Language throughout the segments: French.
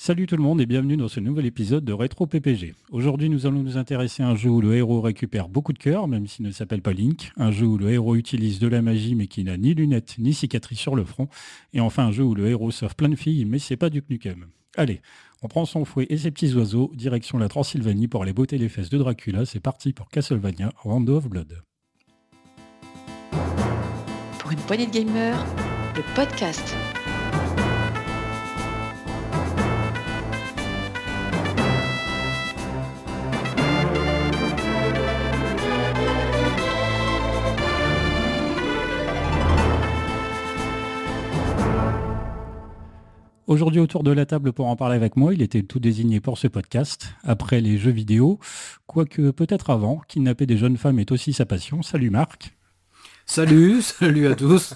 Salut tout le monde et bienvenue dans ce nouvel épisode de Rétro PPG. Aujourd'hui, nous allons nous intéresser à un jeu où le héros récupère beaucoup de cœur, même s'il ne s'appelle pas Link. Un jeu où le héros utilise de la magie, mais qui n'a ni lunettes ni cicatrices sur le front. Et enfin, un jeu où le héros sauve plein de filles, mais c'est pas du Knukem. Allez, on prend son fouet et ses petits oiseaux, direction la Transylvanie pour aller botter les fesses de Dracula. C'est parti pour Castlevania Rondo of Blood. Pour une poignée de gamers, le podcast. Aujourd'hui, autour de la table pour en parler avec moi, il était tout désigné pour ce podcast. Après les jeux vidéo, quoique peut-être avant, kidnapper des jeunes femmes est aussi sa passion. Salut Marc. Salut à tous.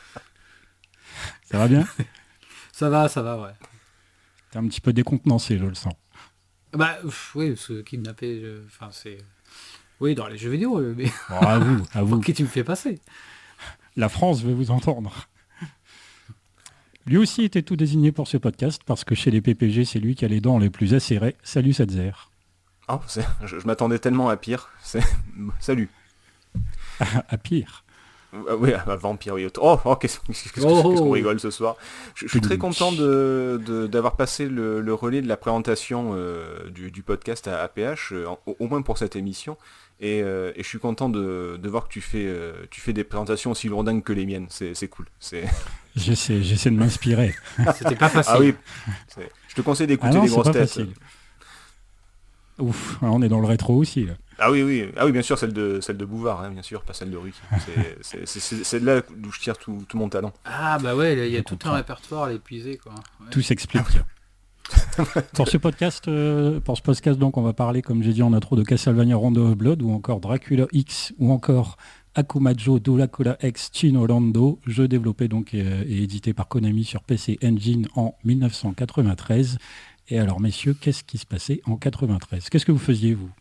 Ça va bien? Ça va, ouais. T'es un petit peu décontenancé, je le sens. Bah, oui, ce kidnappé, enfin, c'est... Oui, dans les jeux vidéo, mais... Bon, à vous. Pour qui tu me fais passer? La France veut vous entendre. Lui aussi était tout désigné pour ce podcast, parce que chez les PPG, c'est lui qui a les dents les plus acérées. Salut Sadzer. Oh, je m'attendais tellement à pire. Salut. À pire. Oui, à vampire, oui. Oh, qu'est-ce qu'on rigole ce soir. Je suis très content d'avoir passé le relais de la présentation du podcast à PH, au moins pour cette émission. Et je suis content de voir que tu fais des présentations aussi lourdingues que les miennes. C'est cool. J'essaie de m'inspirer. C'était pas facile. Ah oui. Je te conseille d'écouter les grosses têtes. Facile. Ouf, on est dans le rétro aussi. Là. Ah oui, bien sûr, celle de Bouvard, hein, bien sûr, pas celle de Ruki. C'est de là d'où je tire tout mon talent. Ah bah ouais, il y a tout un répertoire à l'épuiser, quoi. Ouais. Tout s'explique. Pour ce podcast, donc, on va parler, comme j'ai dit en intro, de Castlevania Rondo of Blood, ou encore Dracula X, ou encore Akumajo Dracula X Chino Rondo, jeu développé donc et édité par Konami sur PC Engine en 1993. Et alors, messieurs, qu'est-ce qui se passait en 93? Qu'est-ce que vous faisiez, vous?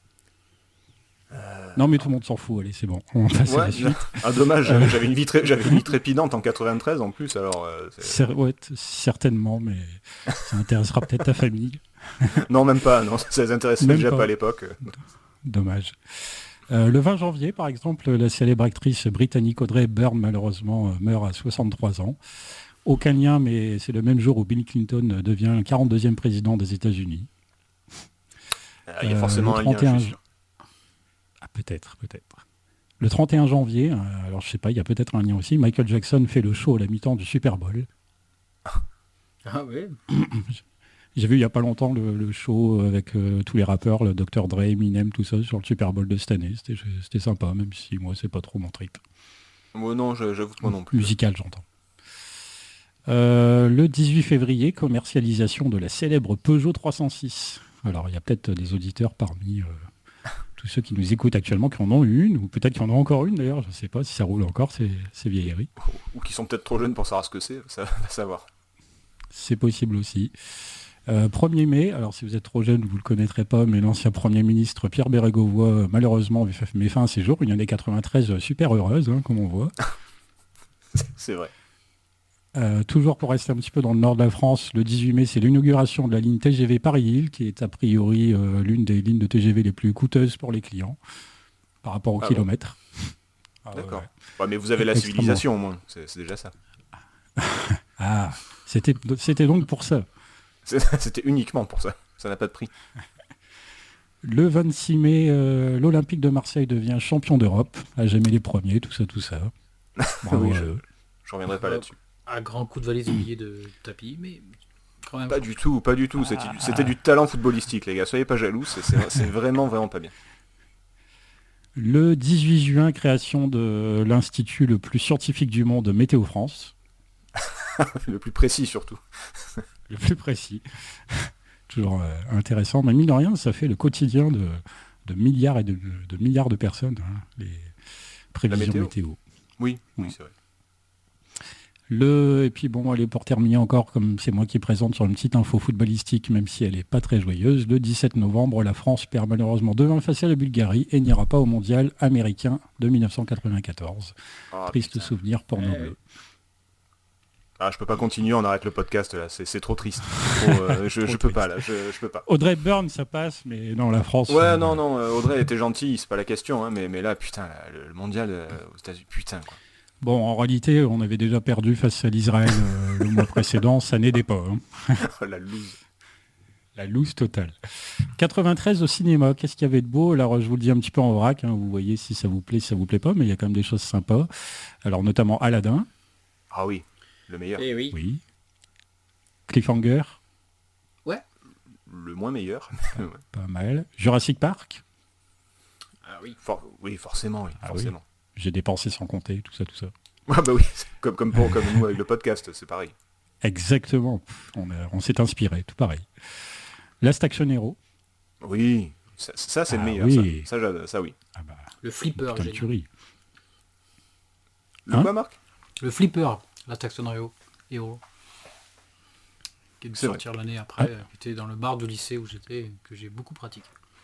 Non, mais tout le monde s'en fout, allez, c'est bon, on passe à la suite. Ah, dommage, j'avais une vie trépidante en 93 en plus, alors... Ouais, certainement, mais ça intéressera peut-être ta famille. Non, même pas, non, ça les intéressait déjà pas à l'époque. Dommage. Le 20 janvier, par exemple, la célèbre actrice britannique Audrey Hepburn, malheureusement, meurt à 63 ans. Aucun lien, mais c'est le même jour où Bill Clinton devient le 42e président des États-Unis. Il y a forcément un lien, je suis sûr. Ah, peut-être. Le 31 janvier, alors je sais pas, il y a peut-être un lien aussi, Michael Jackson fait le show à la mi-temps du Super Bowl. Ah oui. J'ai vu il y a pas longtemps le show avec tous les rappeurs, le Dr. Dre, Eminem, tout ça, sur le Super Bowl de cette année. C'était sympa, même si moi, c'est pas trop mon trip. Moi non, j'avoue que moi non plus. Musical, j'entends. Le 18 février, commercialisation de la célèbre Peugeot 306. Alors, il y a peut-être des auditeurs parmi tous ceux qui nous écoutent actuellement qui en ont une, ou peut-être qui en ont encore une d'ailleurs, je ne sais pas si ça roule encore, ces vieilleries. Ou qui sont peut-être trop jeunes pour savoir ce que c'est, ça va savoir. C'est possible aussi. 1er mai, alors si vous êtes trop jeune, vous ne le connaîtrez pas, mais l'ancien Premier ministre Pierre Bérégovoy, malheureusement, met fin à ses jours, une année 93 super heureuse, hein, comme on voit. C'est vrai. Toujours pour rester un petit peu dans le nord de la France, le 18 mai, c'est l'inauguration de la ligne TGV Paris-Lille, qui est a priori l'une des lignes de TGV les plus coûteuses pour les clients, par rapport au kilomètre. Bon. D'accord. Ouais, mais vous avez la civilisation au moins, c'est déjà ça. Ah, c'était donc pour ça. C'était uniquement pour ça, ça n'a pas de prix. Le 26 mai, l'Olympique de Marseille devient champion d'Europe, à jamais les premiers, tout ça. Bravo, oui, je reviendrai pas là-dessus. Un grand coup de valise oublié de tapis, mais quand même... Pas du tout. C'était du talent footballistique, les gars. Soyez pas jaloux, c'est vraiment pas bien. Le 18 juin, création de l'institut le plus scientifique du monde, Météo France. Le plus précis, surtout. Le plus précis. Toujours intéressant. Mais mine de rien, ça fait le quotidien de milliards et de milliards de personnes, hein, les prévisions météo. Oui, c'est vrai. Et puis bon, allez, pour terminer encore, comme c'est moi qui présente sur une petite info footballistique, même si elle n'est pas très joyeuse, le 17 novembre, la France perd malheureusement 2-1 face à la Bulgarie et n'ira pas au mondial américain de 1994. Triste souvenir pour nos bleus. Ah, je peux pas continuer, on arrête le podcast là, c'est trop triste. Je peux pas là, je peux pas. Audrey Hepburn, ça passe, mais non, la France... Ouais, non, Audrey elle était gentille, c'est pas la question, hein, mais là, putain, là, le mondial aux États-Unis, putain, quoi. Bon, en réalité, on avait déjà perdu face à l'Israël le mois précédent, ça n'aidait pas. Hein. Oh, la loose. La loose totale. 93 au cinéma, qu'est-ce qu'il y avait de beau? Alors, je vous le dis un petit peu en vrac, hein, vous voyez si ça vous plaît, si ça vous plaît pas, mais il y a quand même des choses sympas. Alors, notamment Aladdin. Ah oui, le meilleur. Eh oui. Oui. Cliffhanger. Ouais. Le moins meilleur. Pas mal. Jurassic Park. Ah oui. Oui, forcément, oui, forcément. Oui. J'ai dépensé sans compter, tout ça, tout ça. Ah bah oui, comme nous avec le podcast, c'est pareil. Exactement. On s'est inspiré, tout pareil. Last Action Hero. Oui, ça c'est le meilleur. Oui. Ça oui. Ah bah, Le flipper, putain de j'ai tuerie. Le Hein quoi, Marc? Le flipper, la Taxon Hero. Qui est de C'est sortir l'année après, qui était dans le bar du lycée où j'étais, que j'ai beaucoup pratiqué.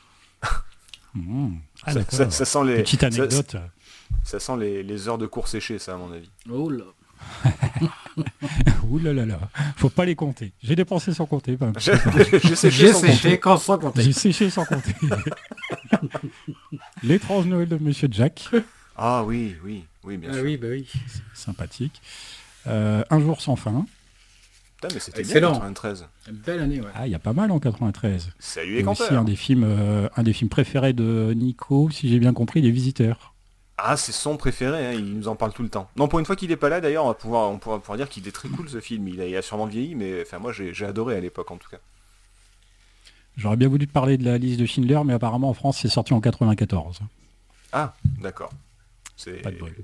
Ah, d'accord. Ça sent les... Petite anecdote. Ça sent les heures de cours séchées, ça, à mon avis. Oh là. Ouh là là là. Faut pas les compter. J'ai dépensé sans compter. Pas J'ai séché J'ai sans séché quand sans compter. J'ai séché sans compter. L'étrange Noël de Monsieur Jack. Ah oui, bien sûr. Oui, bah oui. Sympathique. Un jour sans fin. Putain, mais c'était bien, Excellent. 93. Une belle année, ouais. Ah, il y a pas mal en 93. Salut Et les aussi campeurs. un des films préférés de Nico, si j'ai bien compris, Les Visiteurs. Ah, c'est son préféré, hein, il nous en parle tout le temps. Non, pour une fois qu'il est pas là, d'ailleurs, on pourra pouvoir dire qu'il est très cool ce film. Il a sûrement vieilli, mais enfin moi j'ai adoré à l'époque en tout cas. J'aurais bien voulu te parler de La Liste de Schindler, mais apparemment en France c'est sorti en 94. Ah, d'accord. C'est... Pas de bruit.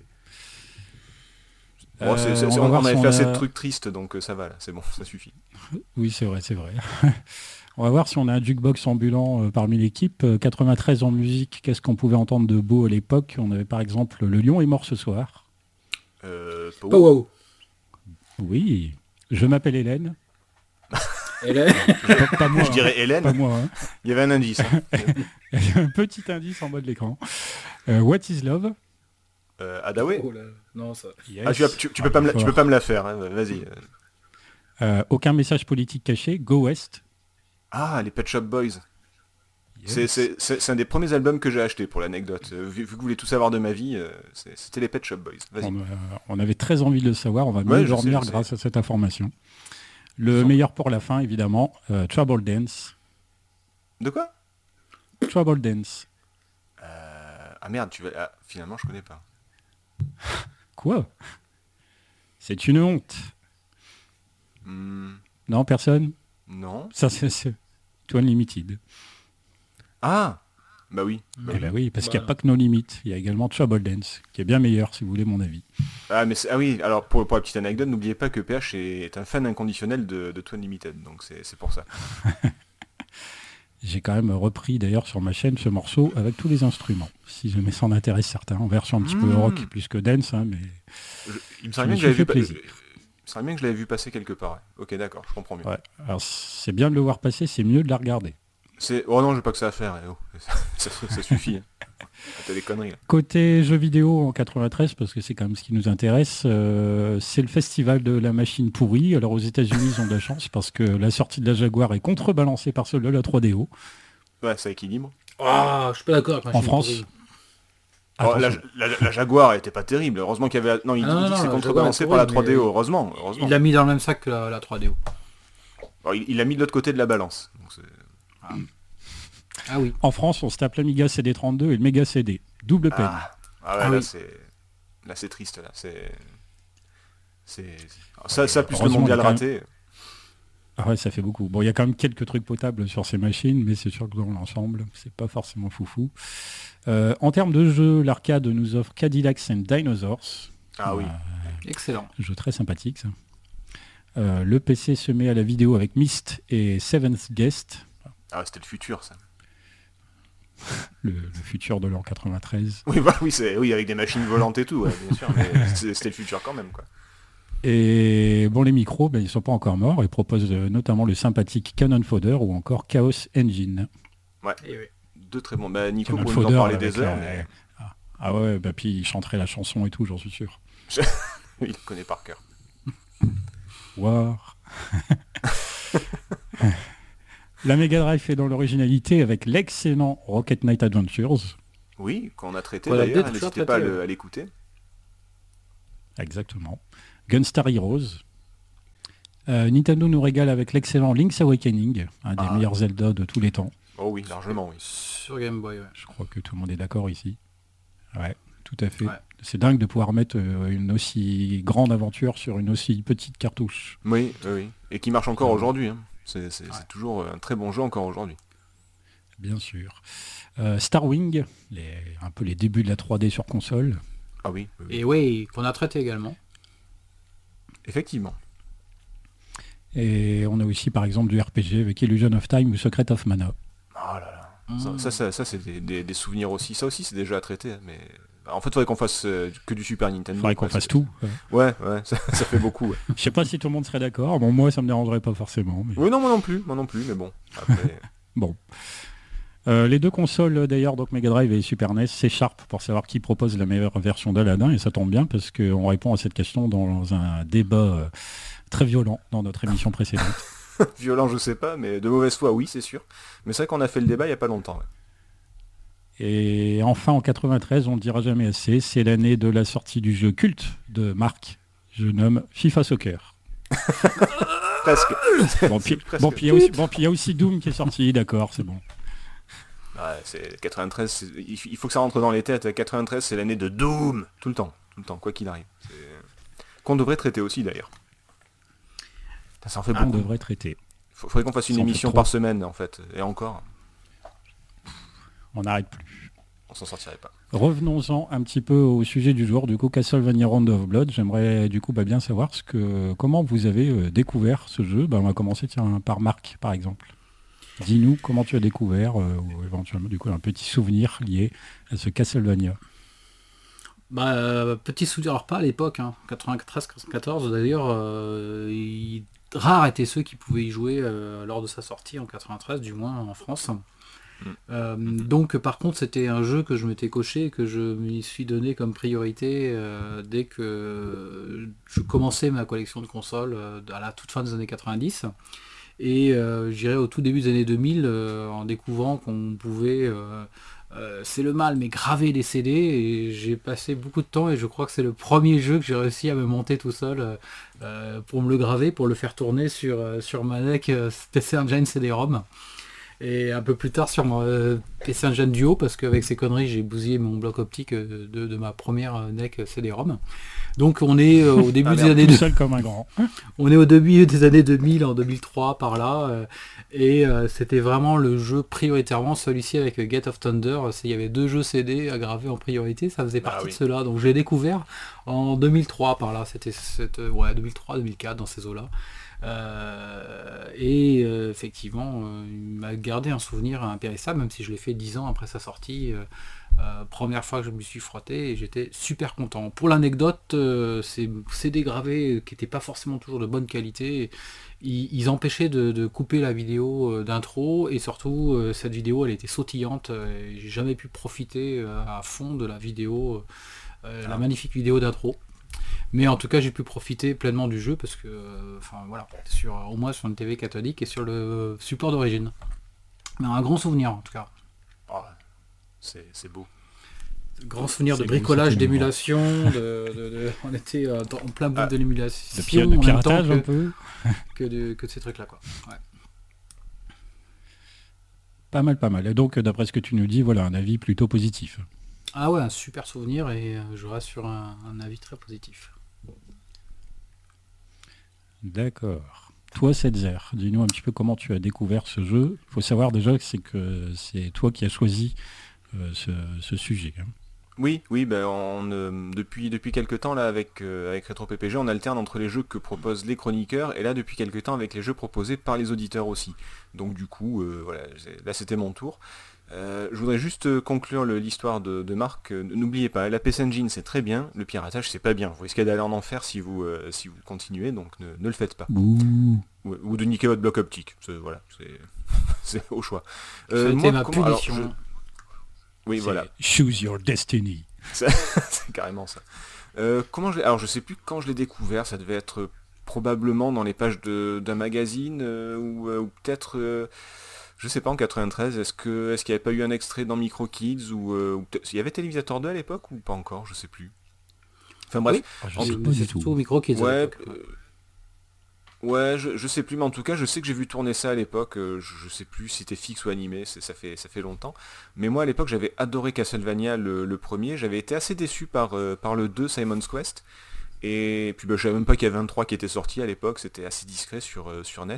Bon, on avait fait assez de trucs tristes, donc ça va là, c'est bon, ça suffit. Oui, c'est vrai. On va voir si on a un jukebox ambulant parmi l'équipe. 93 en musique, qu'est-ce qu'on pouvait entendre de beau à l'époque? On avait par exemple Le Lion est mort ce soir. Wow. Oui. Je m'appelle Hélène. Hélène. Pas moi. Je dirais Hélène. Pas moi. Hein. Il y avait un indice. Hein. Il y a un petit indice en bas de l'écran. What is Love? Adaway. Oh là. Non, ça. Yes. Ah, tu peux pas me la faire, hein, vas-y. Aucun message politique caché. Go West. Ah, les Pet Shop Boys. Yes. C'est un des premiers albums que j'ai acheté, pour l'anecdote. Vu que vous voulez tout savoir de ma vie, c'était les Pet Shop Boys. Vas-y. On avait très envie de le savoir. On va mieux dormir grâce à cette information. Le meilleur pour la fin, évidemment. Trouble Dance. De quoi? Trouble Dance. Ah merde, finalement je connais pas. Quoi? C'est une honte. Non, personne? Non. Ça, c'est Twin Limited. Ah bah oui. Eh ben oui, parce qu'il n'y a pas que No Limit. Il y a également Trouble Dance, qui est bien meilleur, si vous voulez mon avis. Ah oui, alors pour la petite anecdote, n'oubliez pas que PH est un fan inconditionnel de Twin Limited, donc c'est pour ça. J'ai quand même repris d'ailleurs sur ma chaîne ce morceau avec tous les instruments, si jamais ça en intéresse certains, en version un petit peu rock plus que dance, hein, mais il me semble bien que je l'avais vu passer quelque part. Ouais. Ok, d'accord, je comprends mieux. Ouais. Alors c'est bien de le voir passer, c'est mieux de la regarder. Oh non, j'ai pas que ça à faire. Ça suffit. Hein. T'as des conneries là. Côté jeux vidéo en 93, parce que c'est quand même ce qui nous intéresse, c'est le festival de la machine pourrie. Alors aux États-Unis, ils ont de la chance parce que la sortie de la Jaguar est contrebalancée par celle de la 3DO. Ouais, ça équilibre. Ah, je suis pas d'accord avec en France. Oh, la Jaguar était pas terrible. Heureusement qu'il y avait. Non, il dit que c'est contrebalancé par la 3DO. Heureusement. Il l'a mis dans le même sac que la 3DO. Alors, il l'a mis de l'autre côté de la balance. Donc Ah oui. En France, on se tape l'Amiga CD32 et le Mega CD. Double peine. Là, c'est triste. Là, ça plus le mondial raté. Ah ouais, ça fait beaucoup. Bon, il y a quand même quelques trucs potables sur ces machines, mais c'est sûr que dans l'ensemble, c'est pas forcément foufou. En termes de jeu, l'arcade nous offre Cadillacs and Dinosaurs. Ah oui. Excellent. Jeu très sympathique, ça. Le PC se met à la vidéo avec Myst et Seventh Guest. Ah, c'était le futur, ça. Le futur de l'an 93. Oui, avec des machines volantes et tout, ouais, bien sûr, mais c'était le futur quand même, quoi. Et bon, les micros, ils sont pas encore morts. Ils proposent notamment le sympathique Cannon Fodder ou encore Chaos Engine. Ouais, deux très bons. Bah, Nico, Cannon pour nous en Fodder parler des heures. Mais... Ah ouais, puis il chanterait la chanson et tout, j'en suis sûr. Il le connaît par cœur. War. La Mega Drive est dans l'originalité avec l'excellent Rocket Knight Adventures. Oui, qu'on a traité Voilà, d'ailleurs, peut-être n'hésitez pas à l'écouter. Exactement. Gunstar Heroes. Nintendo nous régale avec l'excellent Link's Awakening, un des meilleurs Zelda de tous les temps. Oh oui, largement, oui. Sur Game Boy, ouais. Je crois que tout le monde est d'accord ici. Ouais, tout à fait. Ouais. C'est dingue de pouvoir mettre une aussi grande aventure sur une aussi petite cartouche. Oui, oui. Et qui marche encore aujourd'hui. Hein. C'est toujours un très bon jeu encore aujourd'hui. Bien sûr. Star Wing, un peu les débuts de la 3D sur console. Ah oui. Et oui, qu'on a traité également. Effectivement. Et on a aussi par exemple du RPG avec Illusion of Time ou Secret of Mana. Oh là là. Ça c'est des souvenirs aussi. Ça aussi c'est déjà à traiter. Mais en fait il faudrait qu'on fasse que du Super Nintendo. Il faudrait qu'on fasse tout. Ouais, ça fait beaucoup. Ouais. Je sais pas si tout le monde serait d'accord. Bon, moi ça me dérangerait pas forcément. Mais... Oui, non, moi non plus. Mais bon. Après... Bon. Les deux consoles d'ailleurs, donc Mega Drive et Super NES, s'écharpent pour savoir qui propose la meilleure version d'Aladin, et ça tombe bien parce qu'on répond à cette question dans un débat très violent dans notre émission précédente. Violent, je sais pas, mais de mauvaise foi, oui, c'est sûr. Mais c'est vrai qu'on a fait le débat il y a pas longtemps. Ouais. Et enfin en 93, on ne le dira jamais assez, c'est l'année de la sortie du jeu culte de Marc, je nomme FIFA Soccer. Presque. Bon, puis il y a aussi Doom qui est sorti, d'accord, c'est bon. Ouais, c'est 93, il faut que ça rentre dans les têtes. 93, c'est l'année de Doom, tout le temps, quoi qu'il arrive. Qu'on devrait traiter aussi d'ailleurs. Ça en fait beaucoup. On devrait traiter. Faudrait qu'on fasse une émission par semaine en fait, et encore. On n'arrête plus. On s'en sortirait pas. Revenons-en un petit peu au sujet du jour, du coup Castlevania Round of Blood. J'aimerais du coup bien savoir comment vous avez découvert ce jeu. On va commencer par Marc par exemple. Dis-nous comment tu as découvert, ou éventuellement du coup un petit souvenir lié à ce Castlevania. Petit souvenir, alors pas à l'époque, 93-94 d'ailleurs, rares étaient ceux qui pouvaient y jouer lors de sa sortie en 93, du moins en France. Donc par contre c'était un jeu que je m'étais coché, que je m'y suis donné comme priorité dès que je commençais ma collection de consoles à la toute fin des années 90. Et j'irai au tout début des années 2000 en découvrant qu'on pouvait, c'est le mal, mais graver les CD, et j'ai passé beaucoup de temps et je crois que c'est le premier jeu que j'ai réussi à me monter tout seul pour me le graver, pour le faire tourner sur ma NEC PC Engine CD-ROM. Et un peu plus tard sur mon PC Engine Duo, parce qu'avec ces conneries j'ai bousillé mon bloc optique de ma première NEC CD-ROM. Donc on est au début des années comme un grand. On est au début des années 2000, en 2003 par là, et c'était vraiment le jeu prioritairement, celui-ci avec Gate of Thunder. Il y avait 2 jeux CD à graver en priorité, ça faisait partie de ceux-là. Donc je l'ai découvert en 2003 par là, c'était 2003-2004 dans ces eaux-là. Effectivement, il m'a gardé un souvenir impérissable, même si je l'ai fait 10 ans après sa sortie. Première fois que je me suis frotté et j'étais super content. Pour l'anecdote, ces CD gravés qui n'étaient pas forcément toujours de bonne qualité, ils empêchaient de couper la vidéo d'intro, et surtout cette vidéo elle était sautillante, et j'ai jamais pu profiter à fond de la vidéo, la magnifique vidéo d'intro. Mais en tout cas j'ai pu profiter pleinement du jeu parce que au moins sur une TV cathodique et sur le support d'origine. Mais un grand souvenir en tout cas. Oh, c'est beau. Grand souvenir de bricolage, d'émulation, on était en plein bout de l'émulation, de piratage un peu. que de ces trucs là quoi. Ouais. Pas mal. Et donc d'après ce que tu nous dis, voilà un avis plutôt positif. Ah ouais, un super souvenir, et je reste sur un avis très positif. D'accord. Toi, Setzer, dis-nous un petit peu comment tu as découvert ce jeu. Il faut savoir déjà que c'est toi qui as choisi ce sujet. Oui, depuis quelques temps là avec Retro PPG, on alterne entre les jeux que proposent les chroniqueurs et là depuis quelques temps avec les jeux proposés par les auditeurs aussi. Donc du coup, là c'était mon tour. Je voudrais juste conclure l'histoire de Marc. N'oubliez pas, la PC Engine c'est très bien, le piratage c'est pas bien. Vous risquez d'aller en enfer si vous continuez, donc ne le faites pas. Ou de niquer votre bloc optique. C'est au choix. Ça a été ma punition. Oui, voilà. Choose your destiny. C'est carrément ça. Alors je sais plus quand je l'ai découvert, ça devait être probablement dans les pages d'un magazine ou peut-être... je sais pas, en 93, est-ce qu'il n'y avait pas eu un extrait dans Micro Kids ou il y avait Télévisateur 2 à l'époque ou pas encore, je sais plus. Enfin bref. Oui, c'est surtout Micro Kids à l'époque. Ouais, je sais plus, mais en tout cas, je sais que j'ai vu tourner ça à l'époque. Je sais plus si c'était fixe ou animé, ça fait longtemps. Mais moi, à l'époque, j'avais adoré Castlevania le premier. J'avais été assez déçu par le 2, Simon's Quest. Et puis, je savais même pas qu'il y avait un 3 qui était sorti à l'époque. C'était assez discret sur NES.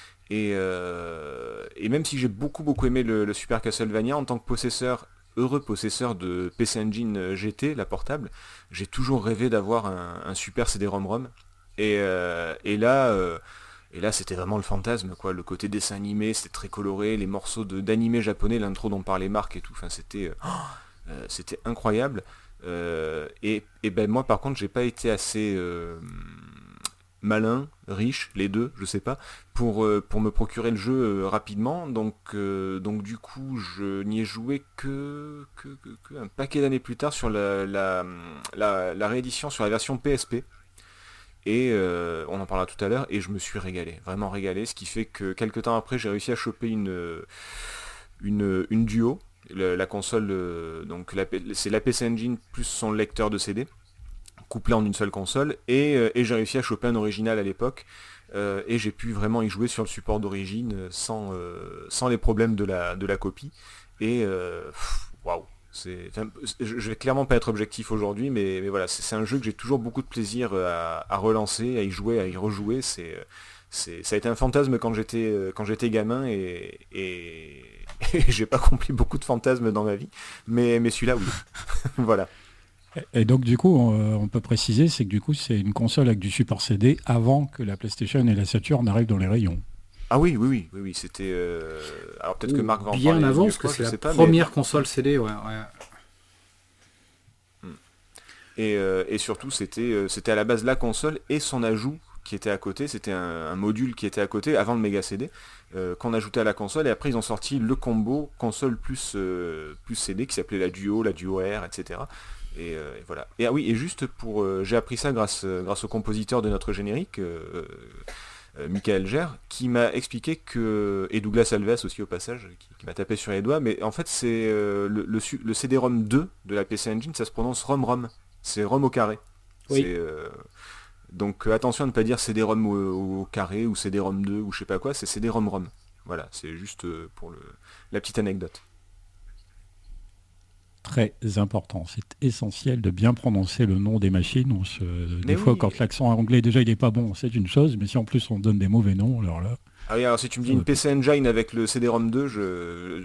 Et même si j'ai beaucoup aimé le Super Castlevania, en tant que heureux possesseur de PC Engine GT, la portable, j'ai toujours rêvé d'avoir un super CD-ROM. Et là c'était vraiment le fantasme, quoi. Le côté dessin animé, c'était très coloré, les morceaux d'animé japonais, l'intro dont parlait Marc et tout, enfin c'était incroyable. Et ben moi par contre j'ai pas été assez malin, riche, les deux, je sais pas, pour me procurer le jeu rapidement, donc du coup je n'y ai joué que un paquet d'années plus tard sur la réédition sur la version PSP. Et on en parlera tout à l'heure, et je me suis régalé, vraiment régalé, ce qui fait que quelques temps après j'ai réussi à choper une Duo, la console, donc c'est la PC Engine plus son lecteur de CD, couplé en une seule console, et j'ai réussi à choper un original à l'époque, et j'ai pu vraiment y jouer sur le support d'origine sans les problèmes de la copie, et waouh. Je vais clairement pas être objectif aujourd'hui, mais voilà, c'est un jeu que j'ai toujours beaucoup de plaisir à relancer, à y jouer, à y rejouer. Ça a été un fantasme quand j'étais gamin, et j'ai pas accompli beaucoup de fantasmes dans ma vie, mais celui-là oui. Voilà. Et donc du coup, on peut préciser, c'est que du coup c'est une console avec du support CD avant que la PlayStation et la Saturn arrivent dans les rayons. Ah oui, c'était... Alors peut-être que Marc va en parler. Bien avant, parce que c'est la première console CD, ouais. Et surtout, c'était à la base la console et son ajout qui était à côté. C'était un module qui était à côté, avant le Mega CD, qu'on ajoutait à la console. Et après, ils ont sorti le combo console plus CD, qui s'appelait la Duo R, etc. Et voilà. Et ah oui, et juste pour... j'ai appris ça grâce au compositeur de notre générique... Michael Gère, qui m'a expliqué que, et Douglas Alves aussi au passage, qui m'a tapé sur les doigts, mais en fait c'est le CD-ROM 2 de la PC Engine, ça se prononce ROM-ROM, c'est ROM au carré. Oui. Donc attention à ne pas dire CD-ROM au carré ou CD-ROM 2 ou je sais pas quoi, c'est CD-ROM-ROM. Voilà, c'est juste pour la petite anecdote. Très important, c'est essentiel de bien prononcer le nom des machines. Des fois, quand l'accent anglais déjà il n'est pas bon, c'est une chose, mais si en plus on donne des mauvais noms, alors là... Ah oui, alors si tu me dis une PC Engine avec le CD-ROM 2,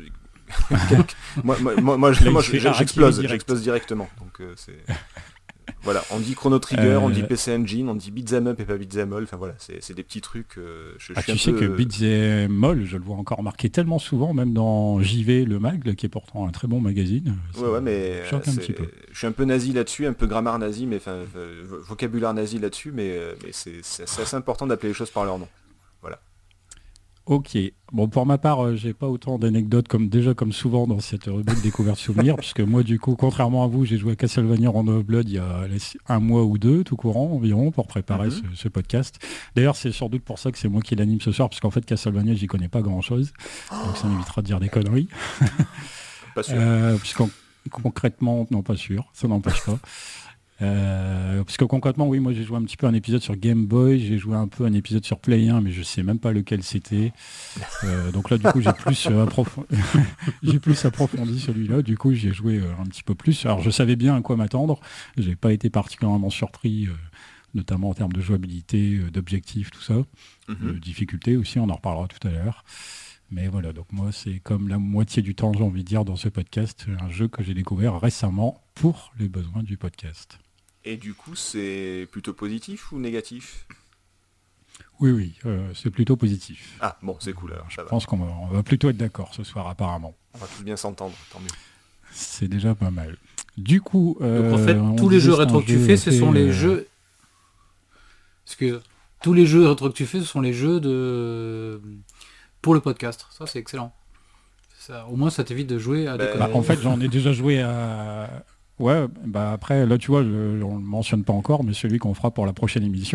moi j'explose directement. Donc c'est... Voilà, on dit Chrono Trigger, on dit PC Engine, on dit Beat'em Up et pas Beat'em All, enfin voilà, c'est des petits trucs... tu sais que Beat'em All, je le vois encore marqué tellement souvent, même dans JV, le mag, qui est pourtant un très bon magazine. Ouais, mais je suis un peu nazi là-dessus, un peu grammaire nazi, mais enfin, vocabulaire nazi là-dessus, mais c'est assez important d'appeler les choses par leur nom. Voilà. Ok. Bon, pour ma part, j'ai pas autant d'anecdotes comme souvent dans cette rubrique découverte souvenirs, puisque moi, du coup, contrairement à vous, j'ai joué à Castlevania Round of Blood il y a un mois ou deux, tout courant environ, pour préparer ce podcast. D'ailleurs, c'est sans doute pour ça que c'est moi qui l'anime ce soir, parce qu'en fait, Castlevania, j'y connais pas grand-chose, donc ça m'évitera de dire des conneries. Pas sûr. Concrètement, non, pas sûr, ça n'empêche pas. Parce que concrètement, oui, moi j'ai joué un petit peu un épisode sur Game Boy, j'ai joué un peu un épisode sur Play 1, mais je sais même pas lequel c'était. Donc là, du coup, j'ai plus approfondi celui-là. Du coup, j'y ai joué un petit peu plus. Alors, je savais bien à quoi m'attendre. J'ai pas été particulièrement surpris, notamment en termes de jouabilité, d'objectifs, tout ça, de difficulté aussi. On en reparlera tout à l'heure. Mais voilà, donc moi, c'est comme la moitié du temps, j'ai envie de dire, dans ce podcast, un jeu que j'ai découvert récemment pour les besoins du podcast. Et du coup, c'est plutôt positif ou négatif ? Oui, c'est plutôt positif. Ah, bon, c'est cool alors. Je pense qu'on va plutôt être d'accord ce soir, apparemment. On va tous bien s'entendre, tant mieux. C'est déjà pas mal. Du coup... donc en fait, tous les jeux rétro que tu fais, ce sont les jeux... Excuse. Tous les jeux rétro que tu fais, ce sont les jeux de... pour le podcast. Ça, c'est excellent. Ça, au moins, ça t'évite de jouer à des conneries. En fait, j'en ai déjà joué à... Ouais, après, là, tu vois, on le mentionne pas encore, mais celui qu'on fera pour la prochaine émission,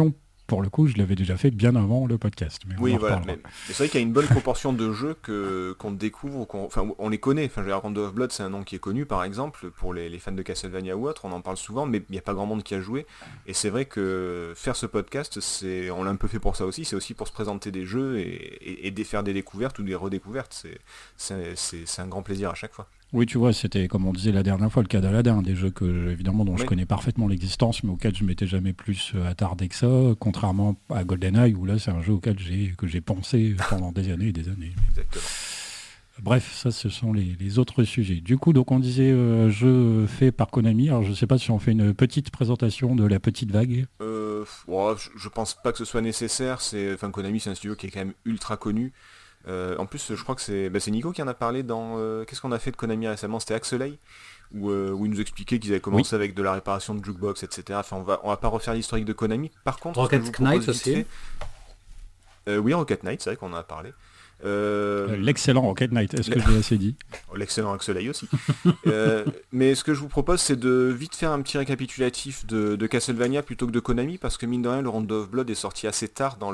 pour le coup, je l'avais déjà fait bien avant le podcast. Mais oui, voilà. Mais c'est vrai qu'il y a une bonne proportion de jeux qu'on découvre, on les connaît. Enfin, Rondo of Blood, c'est un nom qui est connu, par exemple, pour les fans de Castlevania ou autre. On en parle souvent, mais il n'y a pas grand monde qui a joué. Et c'est vrai que faire ce podcast, on l'a un peu fait pour ça aussi. C'est aussi pour se présenter des jeux et faire des découvertes ou des redécouvertes. C'est un grand plaisir à chaque fois. Oui, tu vois, c'était, comme on disait la dernière fois, le cas d'Aladin, des jeux évidemment dont je connais parfaitement l'existence, mais auxquels je m'étais jamais plus attardé que ça, contrairement à GoldenEye, où là, c'est un jeu que j'ai pensé pendant des années et des années. Exactement. Bref, ça, ce sont les autres sujets. Du coup, donc on disait jeu fait par Konami. Alors, je sais pas si on fait une petite présentation de la petite vague. Je pense pas que ce soit nécessaire. Konami, c'est un studio qui est quand même ultra connu. En plus, je crois que c'est Nico qui en a parlé dans... Qu'est-ce qu'on a fait de Konami récemment? C'était Axelay, où il nous expliquait qu'ils avaient commencé avec de la réparation de jukebox, etc. Enfin, on va pas refaire l'historique de Konami. Par contre, Rocket Knight aussi. Oui, Rocket Knight, c'est vrai qu'on en a parlé. L'excellent Rocket Knight, est-ce que je l'ai assez dit? L'excellent Axelay aussi. Mais ce que je vous propose, c'est de vite faire un petit récapitulatif de Castlevania plutôt que de Konami, parce que mine de rien, le Rondo of Blood est sorti assez tard dans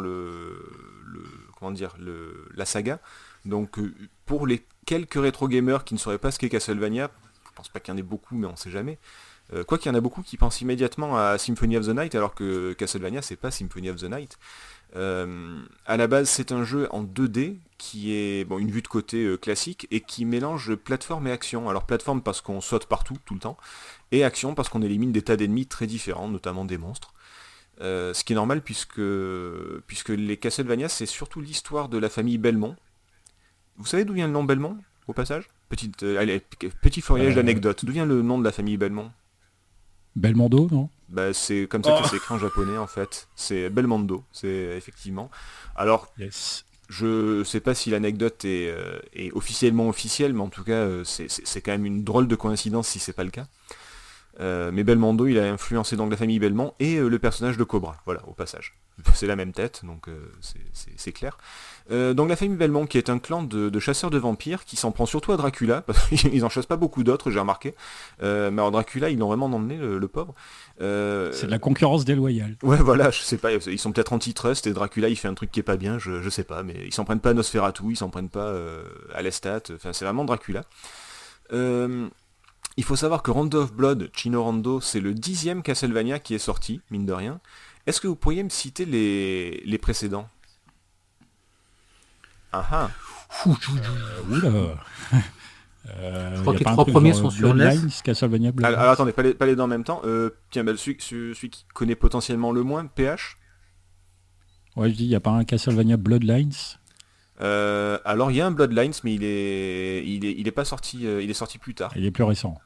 la saga. Donc pour les quelques rétro gamers qui ne sauraient pas ce qu'est Castlevania, je pense pas qu'il y en ait beaucoup, mais on sait jamais. Quoi qu'il y en a beaucoup qui pensent immédiatement à Symphony of the Night, alors que Castlevania c'est pas Symphony of the Night. À la base, c'est un jeu en 2D qui est une vue de côté classique et qui mélange plateforme et action. Alors plateforme parce qu'on saute partout, tout le temps, et action parce qu'on élimine des tas d'ennemis très différents, notamment des monstres. Ce qui est normal puisque les Castlevania, c'est surtout l'histoire de la famille Belmont. Vous savez d'où vient le nom Belmont, au passage? Petit feuillage d'anecdote. D'où vient le nom de la famille Belmont? Belmondo, non? C'est comme ça que c'est écrit en japonais en fait. C'est Belmondo, c'est effectivement. Alors, je sais pas si l'anecdote est officiellement officielle, mais en tout cas, c'est quand même une drôle de coïncidence si c'est pas le cas. Mais Belmondo, il a influencé donc la famille Belmont et le personnage de Cobra, voilà, au passage. C'est la même tête, donc c'est clair. Donc la famille Belmont, qui est un clan de chasseurs de vampires, qui s'en prend surtout à Dracula, parce qu'ils en chassent pas beaucoup d'autres, j'ai remarqué. Mais alors Dracula, ils l'ont vraiment emmené, le pauvre. C'est de la concurrence déloyale. Ouais, voilà, je sais pas, ils sont peut-être antitrust, et Dracula, il fait un truc qui est pas bien, je sais pas, mais ils s'en prennent pas à Nosferatu, ils s'en prennent pas à Lestat, enfin c'est vraiment Dracula. Il faut savoir que Rondo of Blood, Chino Rondo, c'est le 10e Castlevania qui est sorti, mine de rien. Est-ce que vous pourriez me citer les précédents? Ah. Oula. Je crois que les 3 premiers sont sur NES. Castlevania Bloodlines. Alors attendez, pas les deux en même temps. Tiens, celui qui connaît potentiellement le moins, PH. Ouais, je dis, il n'y a pas un Castlevania Bloodlines? Alors il y a un Bloodlines, mais il est pas sorti, il est sorti plus tard. Il est plus récent.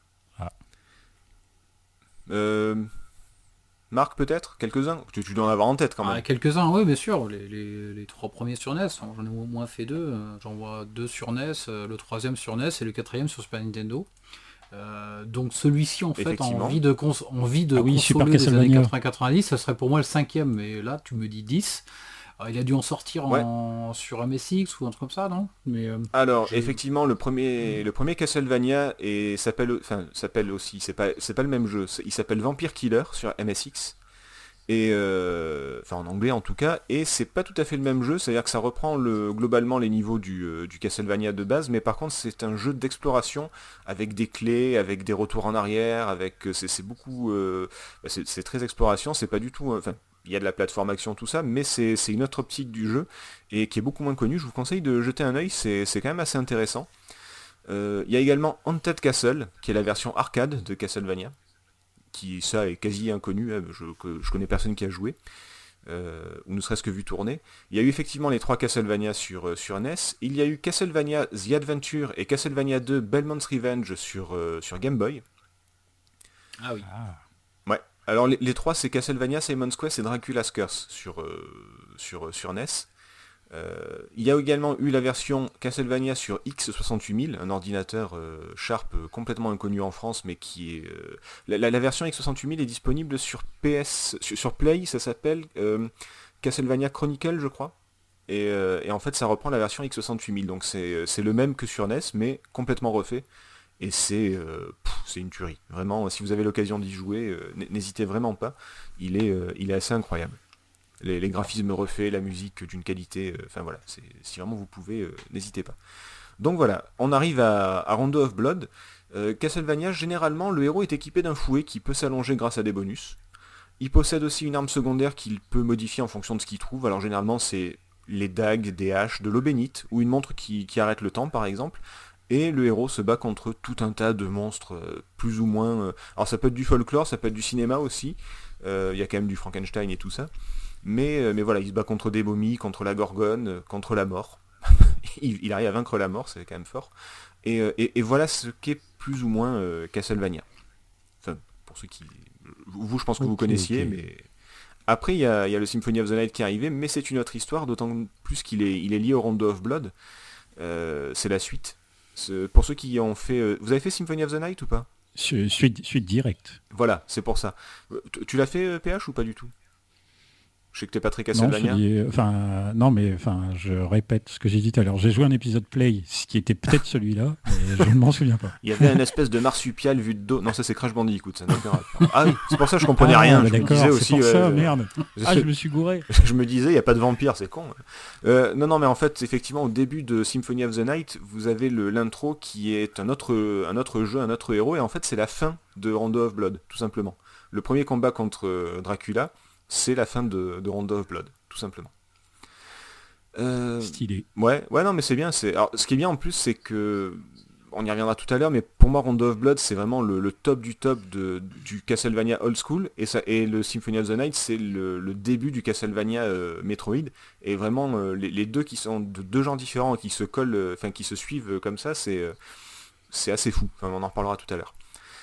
Marc peut-être? Quelques-uns? Tu dois en avoir en tête quand même. Quelques-uns, oui, bien sûr. Les 3 premiers sur NES, j'en ai au moins fait 2. J'en vois 2 sur NES, le 3e sur NES et le 4e sur Super Nintendo. Donc celui-ci en fait en vie de console des années 80-90, ça serait pour moi le 5e, mais là tu me dis 10. Il a dû en sortir sur MSX ou un truc comme ça, non? Alors effectivement le premier Castlevania s'appelle aussi, c'est pas le même jeu, il s'appelle Vampire Killer sur MSX et en anglais en tout cas, et c'est pas tout à fait le même jeu, c'est-à-dire que ça reprend globalement les niveaux du Castlevania de base, mais par contre c'est un jeu d'exploration avec des clés, avec des retours en arrière, c'est beaucoup c'est très exploration, c'est pas du tout il y a de la plateforme action, tout ça, mais c'est une autre optique du jeu, et qui est beaucoup moins connue. Je vous conseille de jeter un œil, c'est quand même assez intéressant. Il y a également Haunted Castle, qui est la version arcade de Castlevania, qui, ça, est quasi inconnu, je connais personne qui a joué, ou ne serait-ce que vu tourner. Il y a eu effectivement les 3 Castlevania sur NES, il y a eu Castlevania The Adventure et Castlevania 2 Belmont's Revenge sur Game Boy. Ah oui. Ouais. Alors les 3 c'est Castlevania, Simon's Quest et Dracula's Curse sur NES. Il y a également eu la version Castlevania sur X68000, un ordinateur Sharp complètement inconnu en France, mais qui est... La version X68000 est disponible sur PS, sur Play, ça s'appelle Castlevania Chronicle je crois. Et en fait ça reprend la version X68000, donc c'est le même que sur NES, mais complètement refait. Et c'est une tuerie. Vraiment, si vous avez l'occasion d'y jouer, n'hésitez vraiment pas. Il est assez incroyable. les graphismes refaits, la musique d'une qualité, enfin voilà, si vraiment vous pouvez, n'hésitez pas. Donc voilà, on arrive à Rondo of Blood. Castlevania, généralement, le héros est équipé d'un fouet qui peut s'allonger grâce à des bonus. Il possède aussi une arme secondaire qu'il peut modifier en fonction de ce qu'il trouve. Alors généralement, c'est les dagues, des haches, de l'eau bénite, ou une montre qui arrête le temps, par exemple. Et le héros se bat contre tout un tas de monstres, plus ou moins... alors ça peut être du folklore, ça peut être du cinéma aussi. Il y a quand même du Frankenstein et tout ça. Mais voilà, il se bat contre des momies, contre la gorgone, contre la mort. il arrive à vaincre la mort, c'est quand même fort. Et voilà ce qu'est plus ou moins Castlevania. Enfin, pour ceux qui... Vous, je pense que vous connaissiez, mais... Après, il y a le Symphony of the Night qui est arrivé, mais c'est une autre histoire, d'autant plus qu'il est lié au Rondo of Blood. C'est la suite. Pour ceux qui ont fait... Vous avez fait Symphony of the Night ou pas ? Suite directe. Voilà, c'est pour ça. Tu l'as fait, PH, ou pas du tout ? Je sais que t'es pas très Castlevania. Non, mais je répète ce que j'ai dit tout à l'heure. J'ai joué un épisode Play, ce qui était peut-être celui-là, mais je ne m'en souviens pas. Il y avait une espèce de marsupial vu de dos. Non, ça c'est Crash Bandicoot, ça n'a aucun rapport. Ah oui, c'est pour ça que je comprenais rien. Je me disais aussi. Pour ça, merde. Je me suis gouré. Je me disais, il n'y a pas de vampire, c'est con. Non, mais en fait, effectivement, au début de Symphony of the Night, vous avez l'intro qui est un autre jeu, un autre héros, et en fait, c'est la fin de Rondo of Blood, tout simplement. Le premier combat contre Dracula, c'est la fin de Rondo of Blood, tout simplement. Stylé. Ouais, non, mais c'est bien. Alors, ce qui est bien en plus, c'est que, on y reviendra tout à l'heure, mais pour moi, Rondo of Blood, c'est vraiment le top du top du Castlevania old school, et le Symphony of the Night, c'est le début du Castlevania Metroid, et vraiment, les deux qui sont de deux genres différents et qui se collent, qui se suivent comme ça, c'est assez fou. Enfin, on en reparlera tout à l'heure.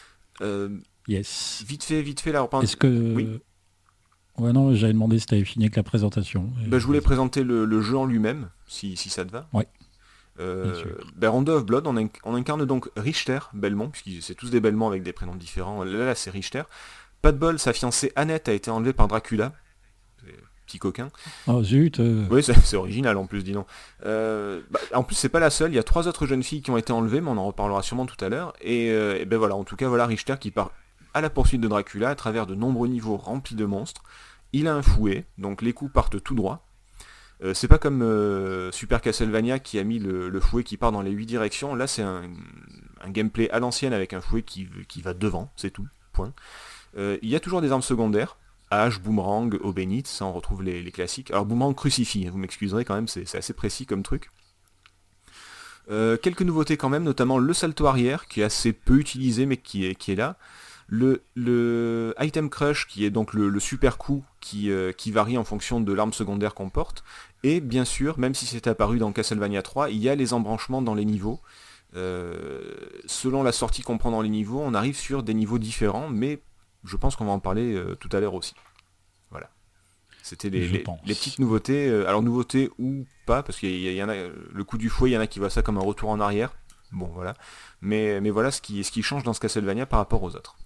Yes. Vite fait, là, Est-ce que... Oui. Ouais, non, j'avais demandé si tu avais fini avec la présentation. Je voulais présenter le jeu en lui-même, si ça te va. Ouais. Rondo of Blood, on incarne donc Richter Belmont, puisque c'est tous des Belmont avec des prénoms différents. Là, c'est Richter. Pas de bol, sa fiancée Annette a été enlevée par Dracula. Petit coquin. Oh zut. Oui, c'est original en plus, dis donc. En plus, c'est pas la seule. Il y a 3 autres jeunes filles qui ont été enlevées, mais on en reparlera sûrement tout à l'heure. Et ben voilà, en tout cas, voilà Richter qui part à la poursuite de Dracula à travers de nombreux niveaux remplis de monstres. Il a un fouet, donc les coups partent tout droit. C'est pas comme Super Castlevania qui a mis le fouet qui part dans les 8 directions. Là, c'est un gameplay à l'ancienne avec un fouet qui va devant, c'est tout, point. Il y a toujours des armes secondaires, hache, boomerang, eau bénite, ça on retrouve les classiques. Alors boomerang crucifix, vous m'excuserez quand même, c'est assez précis comme truc. Quelques nouveautés quand même, notamment le salto arrière, qui est assez peu utilisé mais qui est là. Le item crush qui est donc le super coup qui varie en fonction de l'arme secondaire qu'on porte, et bien sûr, même si c'est apparu dans Castlevania 3, il y a les embranchements dans les niveaux. Selon la sortie qu'on prend dans les niveaux, on arrive sur des niveaux différents, mais je pense qu'on va en parler tout à l'heure aussi. Voilà. C'était les petites nouveautés, alors nouveautés ou pas, parce qu'il y en a, le coup du fouet, il y en a qui voient ça comme un retour en arrière, bon voilà, mais voilà ce qui change dans ce Castlevania par rapport aux autres.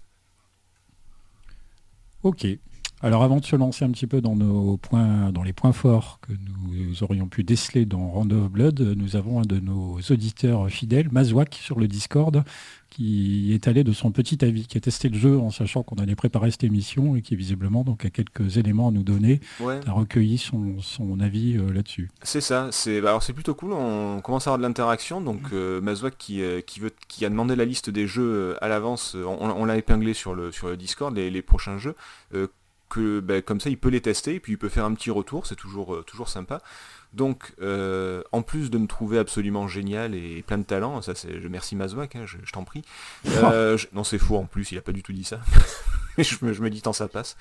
Ok. Alors avant de se lancer un petit peu dans les points forts que nous aurions pu déceler dans Rondo of Blood, nous avons un de nos auditeurs fidèles, Mazouak, sur le Discord, qui est allé de son petit avis, qui a testé le jeu en sachant qu'on allait préparer cette émission et qui visiblement donc a quelques éléments à nous donner, a recueilli son avis là-dessus. C'est ça, alors c'est plutôt cool, on commence à avoir de l'interaction, donc Mazouak qui a demandé la liste des jeux à l'avance, on l'a épinglé sur le Discord, les prochains jeux, comme ça il peut les tester et puis il peut faire un petit retour, c'est toujours sympa. Donc en plus de me trouver absolument génial et plein de talent, ça je merci Mazouak, hein, je t'en prie. Non c'est faux en plus, il a pas du tout dit ça. je me dis tant ça passe.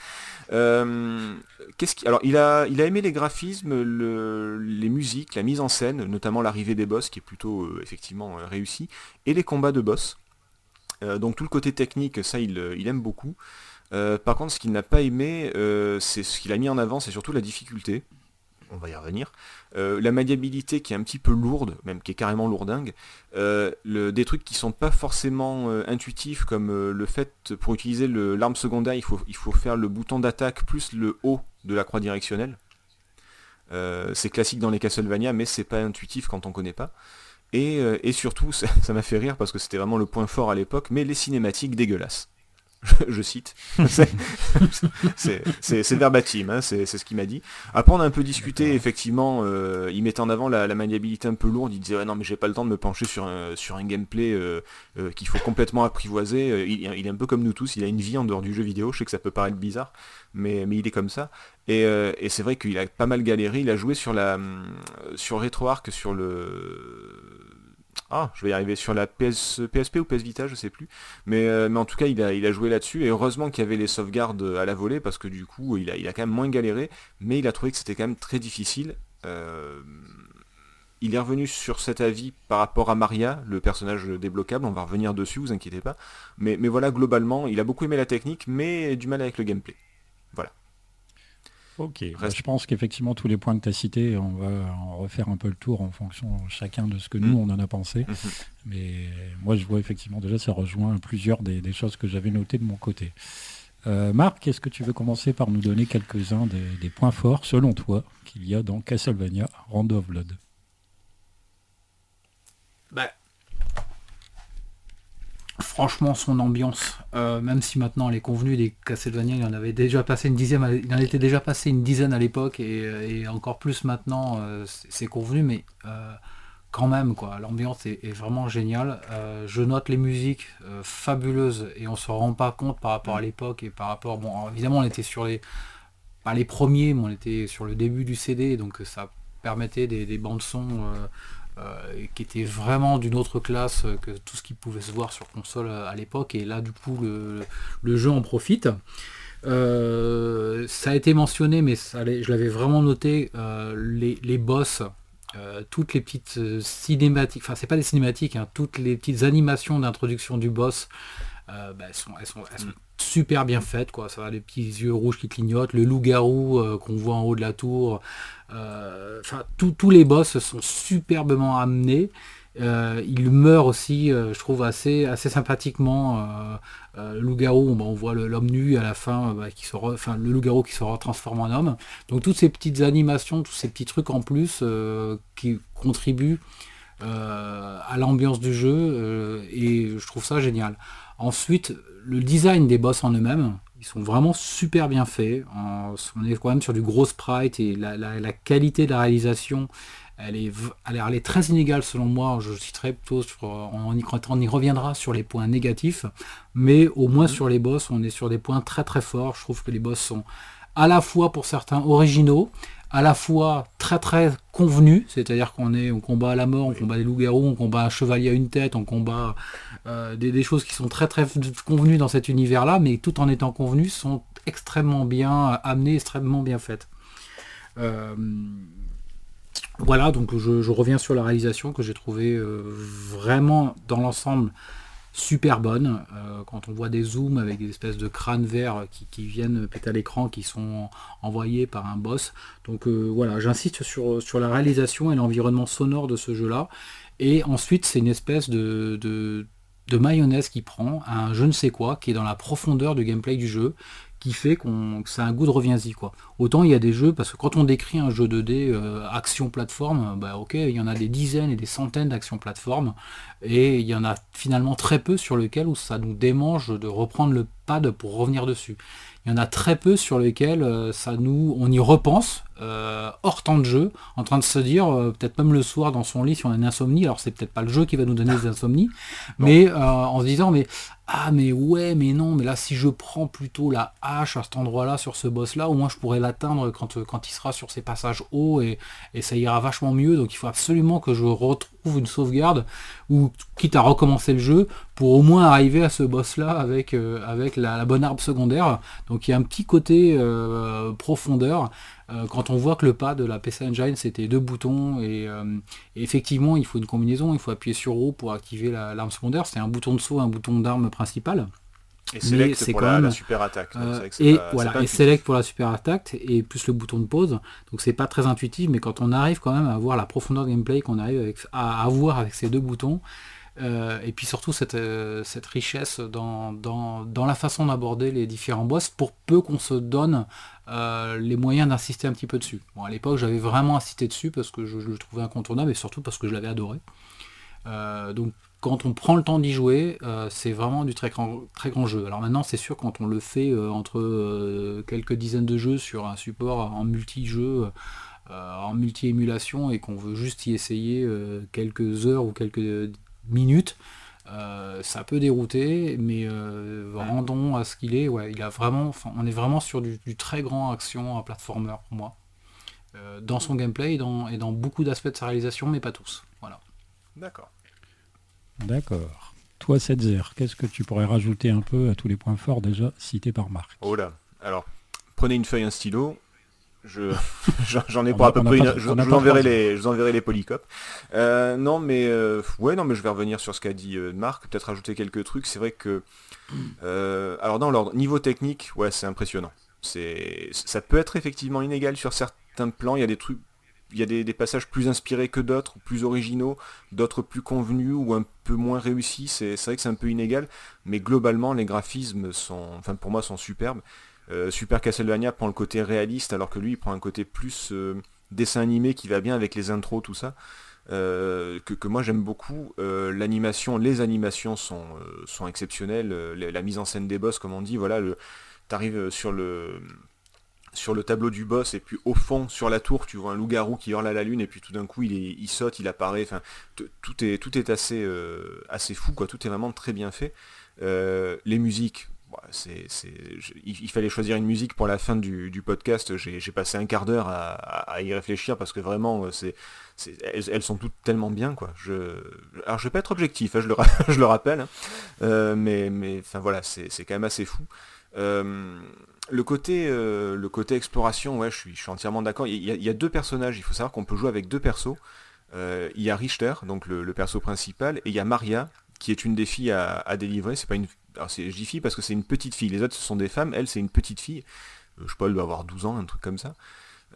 Alors il a aimé les graphismes, les musiques, la mise en scène, notamment l'arrivée des boss qui est plutôt effectivement réussie, et les combats de boss. Donc tout le côté technique, ça il aime beaucoup. Par contre, ce qu'il n'a pas aimé, c'est ce qu'il a mis en avant, c'est surtout la difficulté. On va y revenir. La maniabilité qui est un petit peu lourde, même qui est carrément lourdingue. Des trucs qui sont pas forcément intuitifs, comme le fait, pour utiliser l'arme secondaire, il faut faire le bouton d'attaque plus le haut de la croix directionnelle. C'est classique dans les Castlevania, mais c'est pas intuitif quand on connaît pas. Et surtout, ça m'a fait rire parce que c'était vraiment le point fort à l'époque, mais les cinématiques dégueulasses. je cite, c'est verbatim, hein, c'est ce qu'il m'a dit. Après on a un peu discuté, effectivement, il mettait en avant la maniabilité un peu lourde, il disait ouais, non mais j'ai pas le temps de me pencher sur un gameplay qu'il faut complètement apprivoiser, il est un peu comme nous tous, il a une vie en dehors du jeu vidéo, je sais que ça peut paraître bizarre, mais il est comme ça, et c'est vrai qu'il a pas mal galéré, il a joué sur RetroArch, sur le... je vais y arriver, sur la PSP ou PS Vita, je sais plus. Mais en tout cas, il a joué là-dessus. Et heureusement qu'il y avait les sauvegardes à la volée, parce que du coup, il a quand même moins galéré. Mais il a trouvé que c'était quand même très difficile. Il est revenu sur cet avis par rapport à Maria, le personnage débloquable. On va revenir dessus, vous inquiétez pas. Mais voilà, globalement, il a beaucoup aimé la technique, mais du mal avec le gameplay. Voilà. Ok, je pense qu'effectivement tous les points que tu as cités, on va en refaire un peu le tour en fonction chacun de ce que nous on en a pensé. Mais moi je vois effectivement déjà ça rejoint plusieurs des choses que j'avais notées de mon côté. Marc, est-ce que tu veux commencer par nous donner quelques-uns des points forts selon toi qu'il y a dans Castlevania Round of Blood? Franchement, son ambiance, même si maintenant elle est convenue, des Castlevania, il en était déjà passé une dizaine à l'époque, et encore plus maintenant, c'est convenu, mais quand même, quoi, l'ambiance est vraiment géniale. Je note les musiques fabuleuses, et on se rend pas compte par rapport à l'époque, et par rapport, bon, alors, évidemment, on était sur pas les premiers, mais on était sur le début du CD, donc ça permettait des bandes son qui étaient vraiment d'une autre classe que tout ce qui pouvait se voir sur console à l'époque, et là du coup le jeu en profite. Ça a été mentionné, mais je l'avais vraiment noté, les boss, toutes les petites cinématiques, enfin c'est pas des cinématiques, hein, toutes les petites animations d'introduction du boss, elles sont super bien faites, quoi. Ça va, les petits yeux rouges qui clignotent, le loup-garou qu'on voit en haut de la tour, tous les boss sont superbement amenés. Il meurt aussi, je trouve, assez sympathiquement. Le loup-garou, on voit l'homme nu à la fin, le loup-garou qui se transforme en homme. Donc toutes ces petites animations, tous ces petits trucs en plus qui contribuent à l'ambiance du jeu, et je trouve ça génial. Ensuite, le design des boss en eux-mêmes, ils sont vraiment super bien faits. On est quand même sur du gros sprite, et la qualité de la réalisation, elle est très inégale selon moi. Je citerai plutôt, on y reviendra sur les points négatifs, mais au moins sur les boss, on est sur des points très très forts. Je trouve que les boss sont à la fois pour certains originaux, à la fois très très convenus, c'est-à-dire on combat à la mort, on combat des loups-garous, on combat un chevalier à une tête, on combat des choses qui sont très très convenues dans cet univers-là, mais tout en étant convenus, sont extrêmement bien amenées, extrêmement bien faites. Voilà, donc je reviens sur la réalisation que j'ai trouvé vraiment dans l'ensemble super bonne. Quand on voit des zooms avec des espèces de crânes verts qui viennent péter à l'écran, qui sont envoyés par un boss. Donc voilà, j'insiste sur la réalisation et l'environnement sonore de ce jeu-là. Et ensuite, c'est une espèce de mayonnaise qui prend un je ne sais quoi, qui est dans la profondeur du gameplay du jeu, qui fait que ça a un goût de reviens-y, quoi. Autant il y a des jeux, parce que quand on décrit un jeu 2D action plateforme, ok, il y en a des dizaines et des centaines d'actions plateformes, et il y en a finalement très peu sur lesquels où ça nous démange de reprendre le pad pour revenir dessus. Il y en a très peu sur lesquels on y repense hors temps de jeu, en train de se dire, peut-être même le soir dans son lit si on a une insomnie, alors c'est peut-être pas le jeu qui va nous donner des insomnies, mais en se disant mais ouais, mais non, mais là si je prends plutôt la hache à cet endroit-là, sur ce boss-là, au moins je pourrais l'atteindre quand il sera sur ces passages hauts, et ça ira vachement mieux. Donc il faut absolument que je retrouve une sauvegarde, ou quitte à recommencer le jeu, pour au moins arriver à ce boss-là avec la bonne arme secondaire. Donc il y a un petit côté profondeur. Quand on voit que le pad de la PC Engine c'était 2 boutons, et effectivement il faut une combinaison, il faut appuyer sur O pour activer l'arme secondaire, c'est un bouton de saut, un bouton d'arme principal. Et select pour la super attaque. Et select pour la super attaque, et plus le bouton de pause. Donc c'est pas très intuitif, mais quand on arrive quand même à avoir la profondeur de gameplay qu'on arrive à avoir avec ces 2 boutons, et puis surtout cette richesse dans la façon d'aborder les différents boss, pour peu qu'on se donne les moyens d'insister un petit peu dessus. Bon, à l'époque j'avais vraiment insisté dessus parce que je le trouvais incontournable, et surtout parce que je l'avais adoré. Donc quand on prend le temps d'y jouer, c'est vraiment du très grand jeu. Alors maintenant, c'est sûr, quand on le fait entre quelques dizaines de jeux sur un support en multi-jeu, en multi-émulation, et qu'on veut juste y essayer quelques heures ou quelques minutes, ça peut dérouter, mais rendons à ce qu'il est. Ouais, on est vraiment sur du très grand action à platformer pour moi, dans son gameplay et dans beaucoup d'aspects de sa réalisation, mais pas tous. Voilà. D'accord. Toi, Setzer, qu'est-ce que tu pourrais rajouter un peu à tous les points forts déjà cités par Marc? Oh là, alors, prenez une feuille, un stylo. J'en ai pour à peu près je vous enverrai les polycopes. Non mais je vais revenir sur ce qu'a dit Marc, peut-être rajouter quelques trucs. C'est vrai que alors dans l'ordre niveau technique, ouais, c'est impressionnant. Ça peut être effectivement inégal sur certains plans. Il y a des trucs, il y a des passages plus inspirés que d'autres, plus originaux, d'autres plus convenus ou un peu moins réussis. C'est vrai que c'est un peu inégal, mais globalement les graphismes pour moi sont superbes. Super Castlevania prend le côté réaliste, alors que lui il prend un côté plus dessin animé qui va bien avec les intros, tout ça, que moi j'aime beaucoup. Les animations sont exceptionnelles, la mise en scène des boss, comme on dit, voilà, t'arrives sur le tableau du boss, et puis au fond sur la tour tu vois un loup-garou qui hurle à la lune, et puis tout d'un coup il saute, il apparaît, enfin tout est assez fou, quoi. Tout est vraiment très bien fait. Les musiques, il fallait choisir une musique pour la fin du podcast. J'ai passé un quart d'heure à y réfléchir, parce que vraiment elles sont toutes tellement bien, quoi. Alors je vais pas être objectif, hein, je le rappelle, hein. Mais enfin voilà, c'est quand même assez fou. Le côté exploration, ouais, je suis entièrement d'accord. Il y a deux personnages, il faut savoir qu'on peut jouer avec deux persos. Il y a Richter, donc le perso principal, et il y a Maria, qui est une des filles à délivrer. C'est pas une... Alors je dis fille parce que c'est une petite fille, les autres ce sont des femmes, elle c'est une petite fille, je sais pas, elle doit avoir 12 ans, un truc comme ça.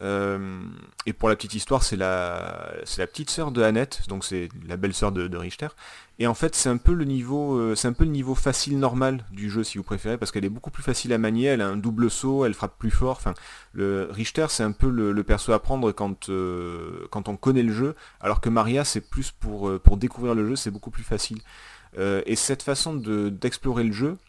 Et pour la petite histoire, c'est la petite sœur de Annette, donc c'est la belle-sœur de Richter. Et en fait c'est un peu le niveau facile normal du jeu, si vous préférez, parce qu'elle est beaucoup plus facile à manier, elle a un double saut, elle frappe plus fort. Enfin, le Richter c'est un peu le perso à prendre quand on connaît le jeu, alors que Maria c'est plus pour découvrir le jeu, c'est beaucoup plus facile. Et cette façon d'explorer le jeu,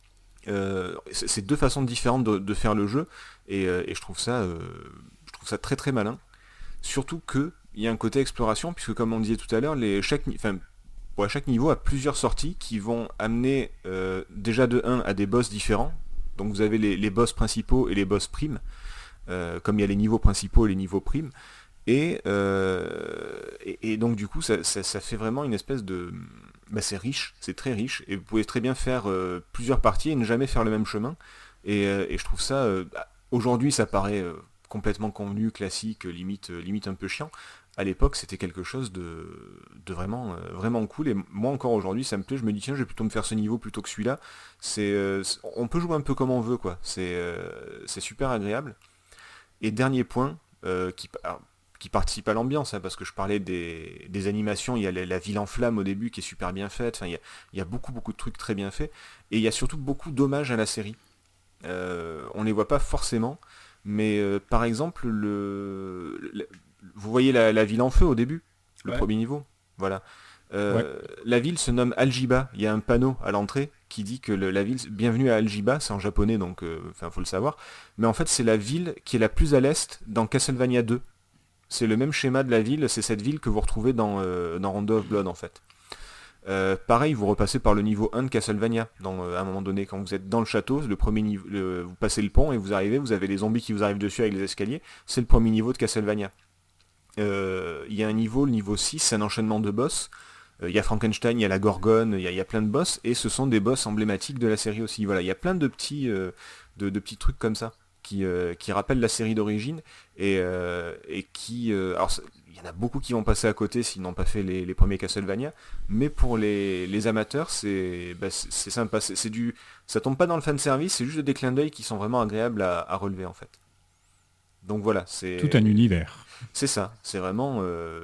c'est deux façons différentes de faire le jeu, et je trouve ça très très malin. Surtout qu'il y a un côté exploration, puisque comme on disait tout à l'heure, chaque niveau a plusieurs sorties qui vont amener déjà de 1 à des boss différents. Donc vous avez les boss principaux et les boss primes, comme il y a les niveaux principaux et les niveaux primes. Et donc du coup ça fait vraiment une espèce de... c'est riche, c'est très riche, et vous pouvez très bien faire plusieurs parties et ne jamais faire le même chemin. Et je trouve ça... aujourd'hui ça paraît complètement convenu, classique, limite un peu chiant. À l'époque c'était quelque chose de vraiment, vraiment cool, et moi encore aujourd'hui ça me plaît. Je me dis tiens, je vais plutôt me faire ce niveau plutôt que celui-là. On peut jouer un peu comme on veut, quoi. C'est super agréable. Et dernier point, qui participe à l'ambiance, hein, parce que je parlais des animations, il y a la ville en flammes au début qui est super bien faite, enfin, il y a beaucoup de trucs très bien faits, et il y a surtout beaucoup d'hommages à la série. On les voit pas forcément, mais par exemple, vous voyez la ville en feu au début, le premier niveau, voilà. La ville se nomme Aljiba, il y a un panneau à l'entrée qui dit que la ville, bienvenue à Aljiba, c'est en japonais, donc faut le savoir, mais en fait c'est la ville qui est la plus à l'est dans Castlevania 2. C'est le même schéma de la ville, c'est cette ville que vous retrouvez dans Rondo of Blood, en fait. Pareil, vous repassez par le niveau 1 de Castlevania, à un moment donné, quand vous êtes dans le château, le premier niveau, vous passez le pont et vous arrivez, vous avez les zombies qui vous arrivent dessus avec les escaliers, c'est le premier niveau de Castlevania. Il y a un niveau, le niveau 6, c'est un enchaînement de boss. Il y a Frankenstein, il y a la Gorgone, il y a plein de boss, et ce sont des boss emblématiques de la série aussi. Voilà, il y a plein de petits trucs comme ça qui rappellent la série d'origine, et qui... alors, il y en a beaucoup qui vont passer à côté s'ils n'ont pas fait les premiers Castlevania, mais pour les amateurs, c'est sympa. Ça tombe pas dans le fanservice, c'est juste des clins d'œil qui sont vraiment agréables à relever, en fait. Donc voilà, c'est... Tout un univers. C'est ça, c'est vraiment...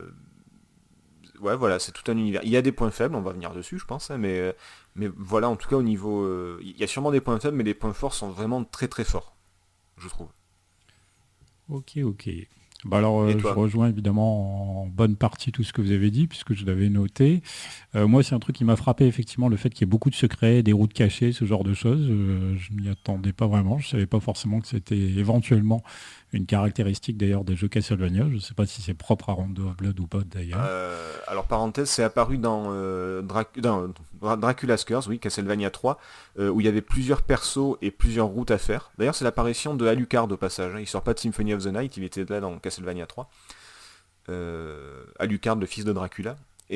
Ouais, voilà, c'est tout un univers. Il y a des points faibles, on va venir dessus, je pense, hein, mais voilà, en tout cas, au niveau... il y a sûrement des points faibles, mais les points forts sont vraiment très très forts, je trouve. Ok. Je rejoins évidemment en bonne partie tout ce que vous avez dit, puisque je l'avais noté. Moi, c'est un truc qui m'a frappé, effectivement, le fait qu'il y ait beaucoup de secrets, des routes cachées, ce genre de choses. Je m'y attendais pas vraiment. Je savais pas forcément que c'était éventuellement une caractéristique d'ailleurs des jeux Castlevania. Je ne sais pas si c'est propre à Rondo of Blood ou pas d'ailleurs. Alors parenthèse, c'est apparu dans Dracula's Curse, oui, Castlevania 3, où il y avait plusieurs persos et plusieurs routes à faire. D'ailleurs, c'est l'apparition de Alucard au passage. Il sort pas de Symphony of the Night, il était là dans Castlevania 3. Alucard, le fils de Dracula.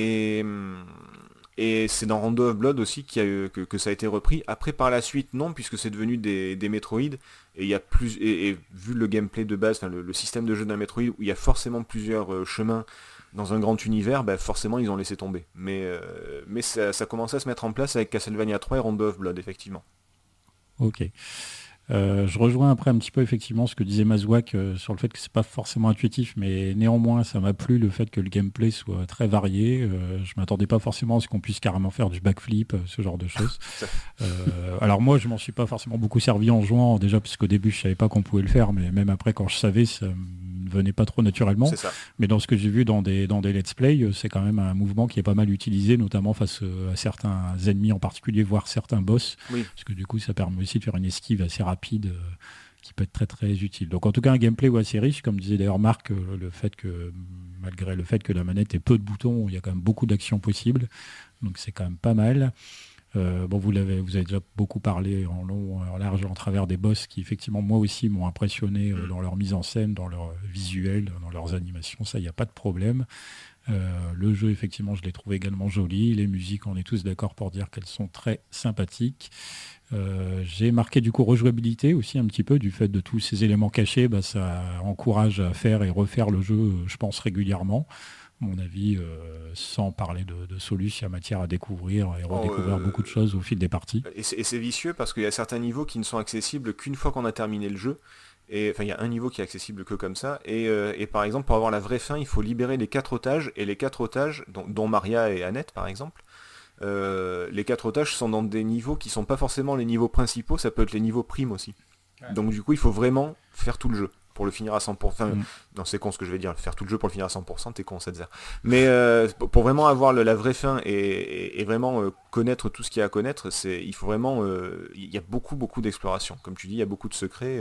Et c'est dans Rondo of Blood aussi que ça a été repris. Après, par la suite, non, puisque c'est devenu des Metroid. Et il y a et vu le gameplay de base, le système de jeu d'un Metroid, où il y a forcément plusieurs chemins dans un grand univers, forcément ils ont laissé tomber. Mais ça commençait à se mettre en place avec Castlevania 3 et Rondo of Blood, effectivement. Ok. Je rejoins après un petit peu effectivement ce que disait Mazouak sur le fait que c'est pas forcément intuitif, mais néanmoins ça m'a plu le fait que le gameplay soit très varié. Je m'attendais pas forcément à ce qu'on puisse carrément faire du backflip, ce genre de choses. Alors moi je m'en suis pas forcément beaucoup servi en jouant, déjà parce qu'au début je savais pas qu'on pouvait le faire, mais même après quand je savais ça ne venait pas trop naturellement. Mais dans ce que j'ai vu dans des let's play, c'est quand même un mouvement qui est pas mal utilisé, notamment face à certains ennemis en particulier, voire certains boss, parce que du coup ça permet aussi de faire une esquive assez rapide qui peut être très très utile. Donc en tout cas un gameplay assez riche, comme disait d'ailleurs Marc, malgré le fait que la manette ait peu de boutons, il y a quand même beaucoup d'actions possibles, donc c'est quand même pas mal. Vous avez déjà beaucoup parlé en long, en large, en travers des boss qui effectivement moi aussi m'ont impressionné dans leur mise en scène, dans leur visuel, dans leurs animations, ça il n'y a pas de problème. Le jeu effectivement je l'ai trouvé également joli, les musiques on est tous d'accord pour dire qu'elles sont très sympathiques. J'ai marqué du coup rejouabilité aussi un petit peu du fait de tous ces éléments cachés, ça encourage à faire et refaire le jeu je pense régulièrement. À mon avis, sans parler de Solus, il y a matière à découvrir et redécouvrir beaucoup de choses au fil des parties. Et c'est vicieux parce qu'il y a certains niveaux qui ne sont accessibles qu'une fois qu'on a terminé le jeu. Et enfin, il y a un niveau qui est accessible que comme ça. Et par exemple, pour avoir la vraie fin, il faut libérer les 4 otages. Et les 4 otages, dont Maria et Annette par exemple, les 4 otages sont dans des niveaux qui sont pas forcément les niveaux principaux, ça peut être les niveaux primes aussi. Ouais. Donc du coup, il faut vraiment faire tout le jeu pour le finir à 100%. Non, c'est con ce que je vais dire, faire tout le jeu pour le finir à 100%, t'es con, Setzer. Mais pour vraiment avoir la vraie fin et vraiment connaître tout ce qu'il y a à connaître, il faut vraiment... Il y a beaucoup, beaucoup d'exploration. Comme tu dis, il y a beaucoup de secrets,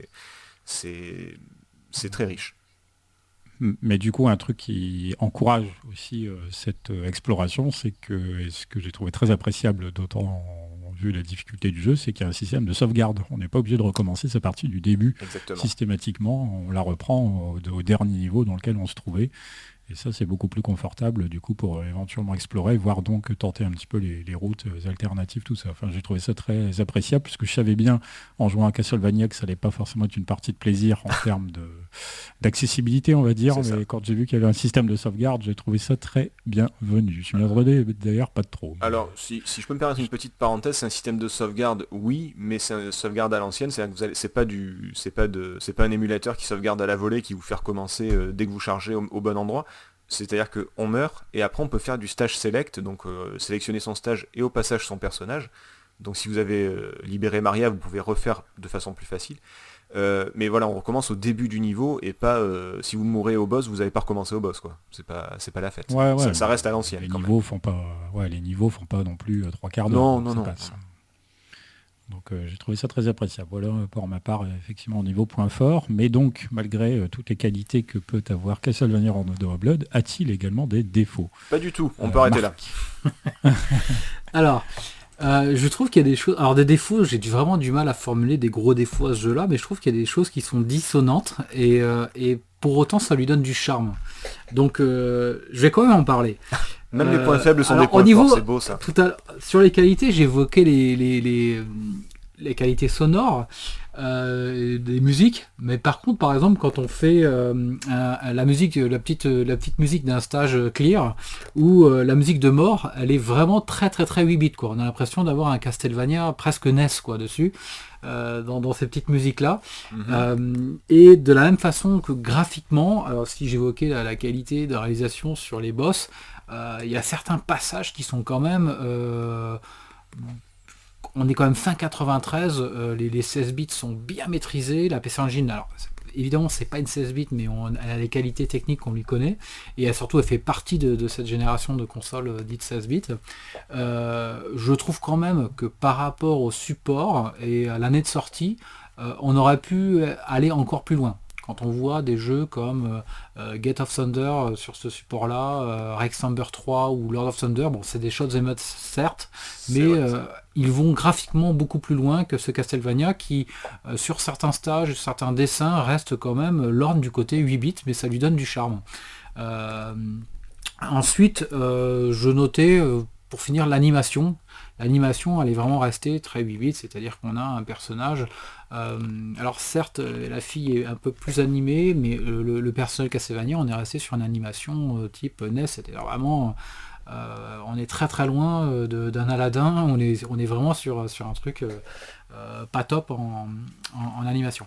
c'est très riche. Mais du coup, un truc qui encourage aussi cette exploration, c'est que, et ce que j'ai trouvé très appréciable, d'autant vu la difficulté du jeu, c'est qu'il y a un système de sauvegarde. On n'est pas obligé de recommencer sa partie du début. Exactement. Systématiquement. On la reprend au dernier niveau dans lequel on se trouvait. Et ça, c'est beaucoup plus confortable du coup pour éventuellement explorer, voire donc tenter un petit peu les routes alternatives, tout ça. Enfin, j'ai trouvé ça très appréciable, puisque je savais bien, en jouant à Castlevania, que ça n'allait pas forcément être une partie de plaisir en termes d'accessibilité, on va dire. C'est mais ça. Quand j'ai vu qu'il y avait un système de sauvegarde, j'ai trouvé ça très bienvenu. Je m'y attendais d'ailleurs pas trop. Alors, si je peux me permettre une petite parenthèse, c'est un système de sauvegarde, oui, mais c'est une sauvegarde à l'ancienne, c'est-à-dire que c'est pas un émulateur qui sauvegarde à la volée, qui vous fait recommencer dès que vous chargez au bon endroit. C'est-à-dire qu'on meurt et après on peut faire du stage select, donc sélectionner son stage et au passage son personnage. Donc si vous avez libéré Maria, vous pouvez refaire de façon plus facile. Mais voilà, on recommence au début du niveau et pas si vous mourrez au boss, vous n'avez pas recommencé au boss, quoi. C'est pas la fête. Ouais, ça reste à l'ancienne. Les niveaux font pas non plus 3 quarts d'heure. Non. Donc j'ai trouvé ça très appréciable. Voilà pour ma part effectivement au niveau point fort. Mais donc malgré toutes les qualités que peut avoir Castlevania Rondo of Blood, a-t-il également des défauts ? Pas du tout. On peut arrêter là. Alors. Je trouve qu'il y a des choses... Alors des défauts, j'ai vraiment du mal à formuler des gros défauts à ce jeu-là, mais je trouve qu'il y a des choses qui sont dissonantes et pour autant ça lui donne du charme. Donc je vais quand même en parler. Même les points faibles sont des points forts, c'est beau ça. Sur les qualités, j'évoquais les qualités sonores des musiques, mais par contre par exemple quand on fait la musique, la petite musique d'un stage clear ou la musique de mort, elle est vraiment très très très 8 bits quoi. On a l'impression d'avoir un Castlevania presque NES quoi dessus dans ces petites musiques là. Et de la même façon que graphiquement, alors si j'évoquais la qualité de réalisation sur les boss, il y a certains passages qui sont quand même on est quand même fin 93, les 16 bits sont bien maîtrisés, la PC Engine, alors évidemment c'est pas une 16 bits, mais elle a les qualités techniques qu'on lui connaît, et surtout elle fait partie de cette génération de consoles dites 16 bits. Je trouve quand même que par rapport au support et à l'année de sortie, on aurait pu aller encore plus loin. Quand on voit des jeux comme Gate of Thunder sur ce support-là, Rexamber 3 ou Lord of Thunder, bon, c'est des shots and modes certes, mais ils vont graphiquement beaucoup plus loin que ce Castlevania qui, sur certains stages, certains dessins, reste quand même lorne du côté 8 bits, mais ça lui donne du charme. Ensuite, je notais, pour finir, l'animation. L'animation, elle est vraiment restée très 8 bits, c'est-à-dire qu'on a un personnage. Alors certes, la fille est un peu plus animée, mais le personnage Castlevania, on est resté sur une animation type NES, c'est-à-dire vraiment, on est très très loin d'un Aladdin, on est vraiment sur un truc pas top en animation.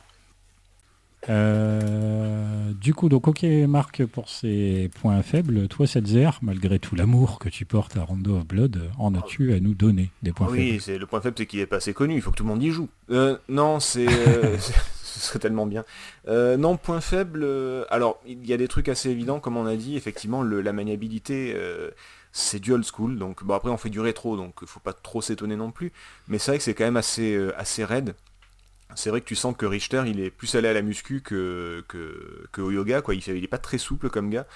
Du coup, donc ok Marc pour ses points faibles, toi Setzer, malgré tout l'amour que tu portes à Rondo of Blood, en as-tu à nous donner des points faibles? Oui, le point faible c'est qu'il est pas assez connu, il faut que tout le monde y joue. Non, ce serait tellement bien. Non, point faible, alors il y a des trucs assez évidents comme on a dit, effectivement la maniabilité... c'est du old school, donc bon après on fait du rétro, donc faut pas trop s'étonner non plus, mais c'est vrai que c'est quand même assez raide. C'est vrai que tu sens que Richter il est plus allé à la muscu que au yoga, quoi. Il est pas très souple comme gars.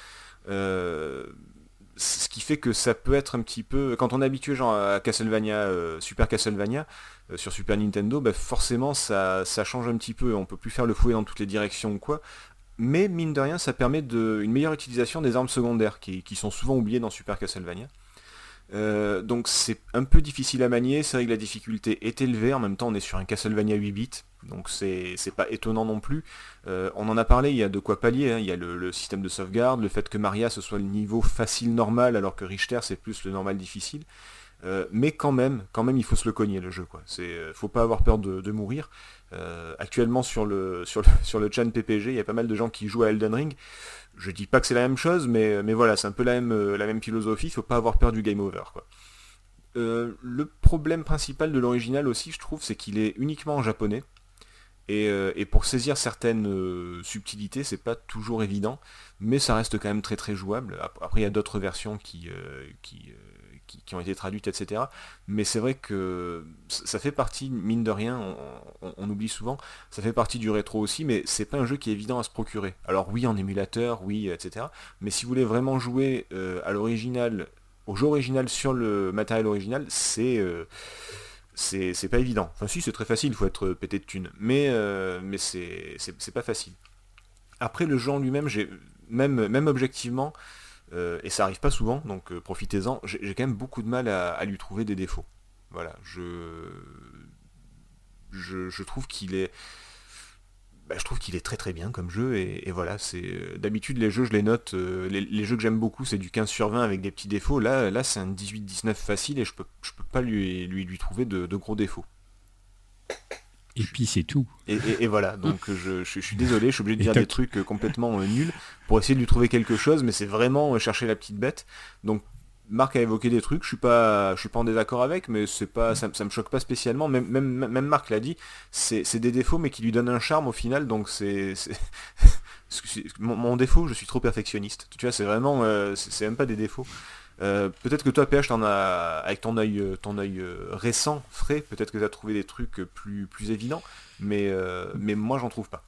Ce qui fait que ça peut être un petit peu... Quand on est habitué genre à Castlevania, Super Castlevania, sur Super Nintendo, bah forcément ça change un petit peu. On peut plus faire le fouet dans toutes les directions ou quoi. Mais mine de rien, ça permet une meilleure utilisation des armes secondaires qui sont souvent oubliées dans Super Castlevania. Donc c'est un peu difficile à manier, c'est vrai que la difficulté est élevée, en même temps on est sur un Castlevania 8 bits, donc c'est pas étonnant non plus. On en a parlé, il y a de quoi pallier, hein. Il y a le système de sauvegarde, le fait que Maria ce soit le niveau facile normal alors que Richter c'est plus le normal difficile. Mais quand même il faut se le cogner le jeu, quoi. Faut pas avoir peur de mourir. Actuellement sur le chan PPG, il y a pas mal de gens qui jouent à Elden Ring. Je dis pas que c'est la même chose, mais voilà, c'est un peu la même philosophie, il faut pas avoir peur du game over, quoi. Le problème principal de l'original aussi, je trouve, c'est qu'il est uniquement en japonais. Et pour saisir certaines subtilités, c'est pas toujours évident, mais ça reste quand même très très jouable. Après, il y a d'autres versions qui ont été traduites, etc. Mais c'est vrai que ça fait partie, mine de rien, on oublie souvent, ça fait partie du rétro aussi, mais c'est pas un jeu qui est évident à se procurer. Alors oui, en émulateur, oui, etc. Mais si vous voulez vraiment jouer à l'original, au jeu original sur le matériel original, c'est pas évident. Enfin si, c'est très facile, il faut être pété de thunes. Mais c'est pas facile. Après, le jeu en lui-même, même objectivement, et ça arrive pas souvent, donc profitez-en, j'ai quand même beaucoup de mal à lui trouver des défauts. Voilà, je trouve qu'il est... je trouve qu'il est très très bien comme jeu, et voilà, d'habitude les jeux je les note, les jeux que j'aime beaucoup c'est du 15/20 avec des petits défauts, là c'est un 18-19 facile et je peux pas lui trouver de gros défauts. Et puis c'est tout. Et voilà, donc je suis désolé, je suis obligé de dire des trucs complètement nuls pour essayer de lui trouver quelque chose, mais c'est vraiment chercher la petite bête. Donc Marc a évoqué des trucs, je suis pas en désaccord avec, mais c'est pas, ça me choque pas spécialement. Même Marc l'a dit, c'est des défauts, mais qui lui donnent un charme au final. Donc mon défaut, je suis trop perfectionniste. Tu vois, c'est vraiment, c'est même pas des défauts. Peut-être que toi, PH, t'en as, avec ton œil récent, frais, peut-être que tu as trouvé des trucs plus évidents, mais moi, j'en trouve pas.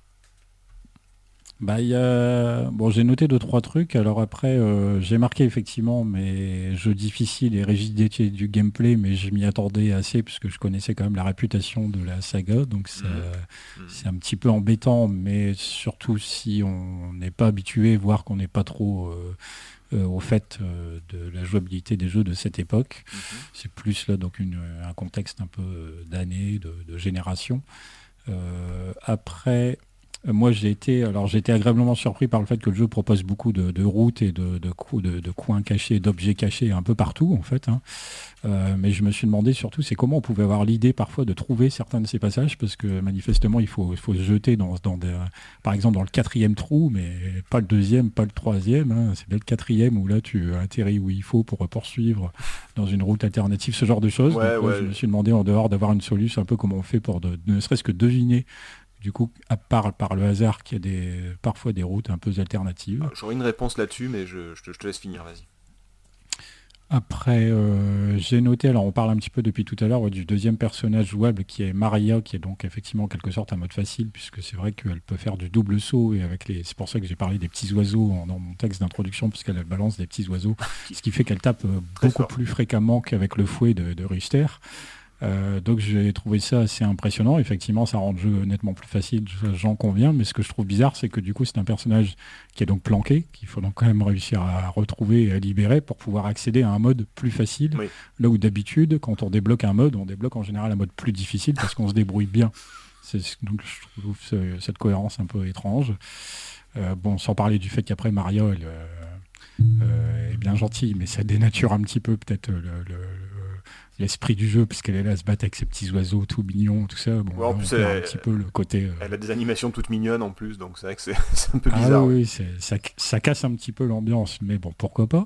J'ai noté 2-3 trucs. Alors après, j'ai marqué effectivement mes jeux difficiles et rigidité du gameplay, mais je m'y attendais assez puisque je connaissais quand même la réputation de la saga, donc c'est un petit peu embêtant, mais surtout si on n'est pas habitué, voire qu'on n'est pas trop au fait de la jouabilité des jeux de cette époque. C'est plus là donc un contexte un peu d'années, de génération. Après, moi j'ai été agréablement surpris par le fait que le jeu propose beaucoup de routes et de coins cachés, d'objets cachés un peu partout en fait, hein. Mais je me suis demandé surtout c'est comment on pouvait avoir l'idée parfois de trouver certains de ces passages, parce que manifestement il faut se jeter par exemple dans le 4e trou, mais pas le 2e, pas le 3e, hein. C'est bien le 4e où là tu atterris où il faut pour poursuivre dans une route alternative, ce genre de choses. Je me suis demandé, en dehors d'avoir une solution un peu comment on fait pour ne serait-ce que deviner du coup, à part par le hasard, qu'il y a parfois des routes un peu alternatives. J'aurais une réponse là-dessus, mais je te laisse finir, vas-y. Après, j'ai noté, alors on parle un petit peu depuis tout à l'heure du deuxième personnage jouable qui est Maria, qui est donc effectivement en quelque sorte un mode facile, puisque c'est vrai qu'elle peut faire du double saut, et c'est pour ça que j'ai parlé des petits oiseaux dans mon texte d'introduction, puisqu'elle balance des petits oiseaux, ce qui fait qu'elle tape beaucoup plus fréquemment qu'avec le fouet de Richter. Donc j'ai trouvé ça assez impressionnant. Effectivement, ça rend le jeu nettement plus facile, j'en conviens, mais ce que je trouve bizarre, c'est que du coup c'est un personnage qui est donc planqué, qu'il faut donc quand même réussir à retrouver et à libérer pour pouvoir accéder à un mode plus facile. Oui. Là où d'habitude, quand on débloque un mode, on débloque en général un mode plus difficile parce qu'on se débrouille bien. Donc je trouve cette cohérence un peu étrange. Bon, sans parler du fait qu'après Maria, elle est bien gentille, mais ça dénature un petit peu peut-être l'esprit du jeu, puisqu'elle est là à se battre avec ses petits oiseaux tout mignons, tout ça. Bon, en plus, un petit peu le côté... Elle a des animations toutes mignonnes en plus, donc c'est vrai que c'est un peu bizarre. Oui, ça casse un petit peu l'ambiance, mais bon, pourquoi pas.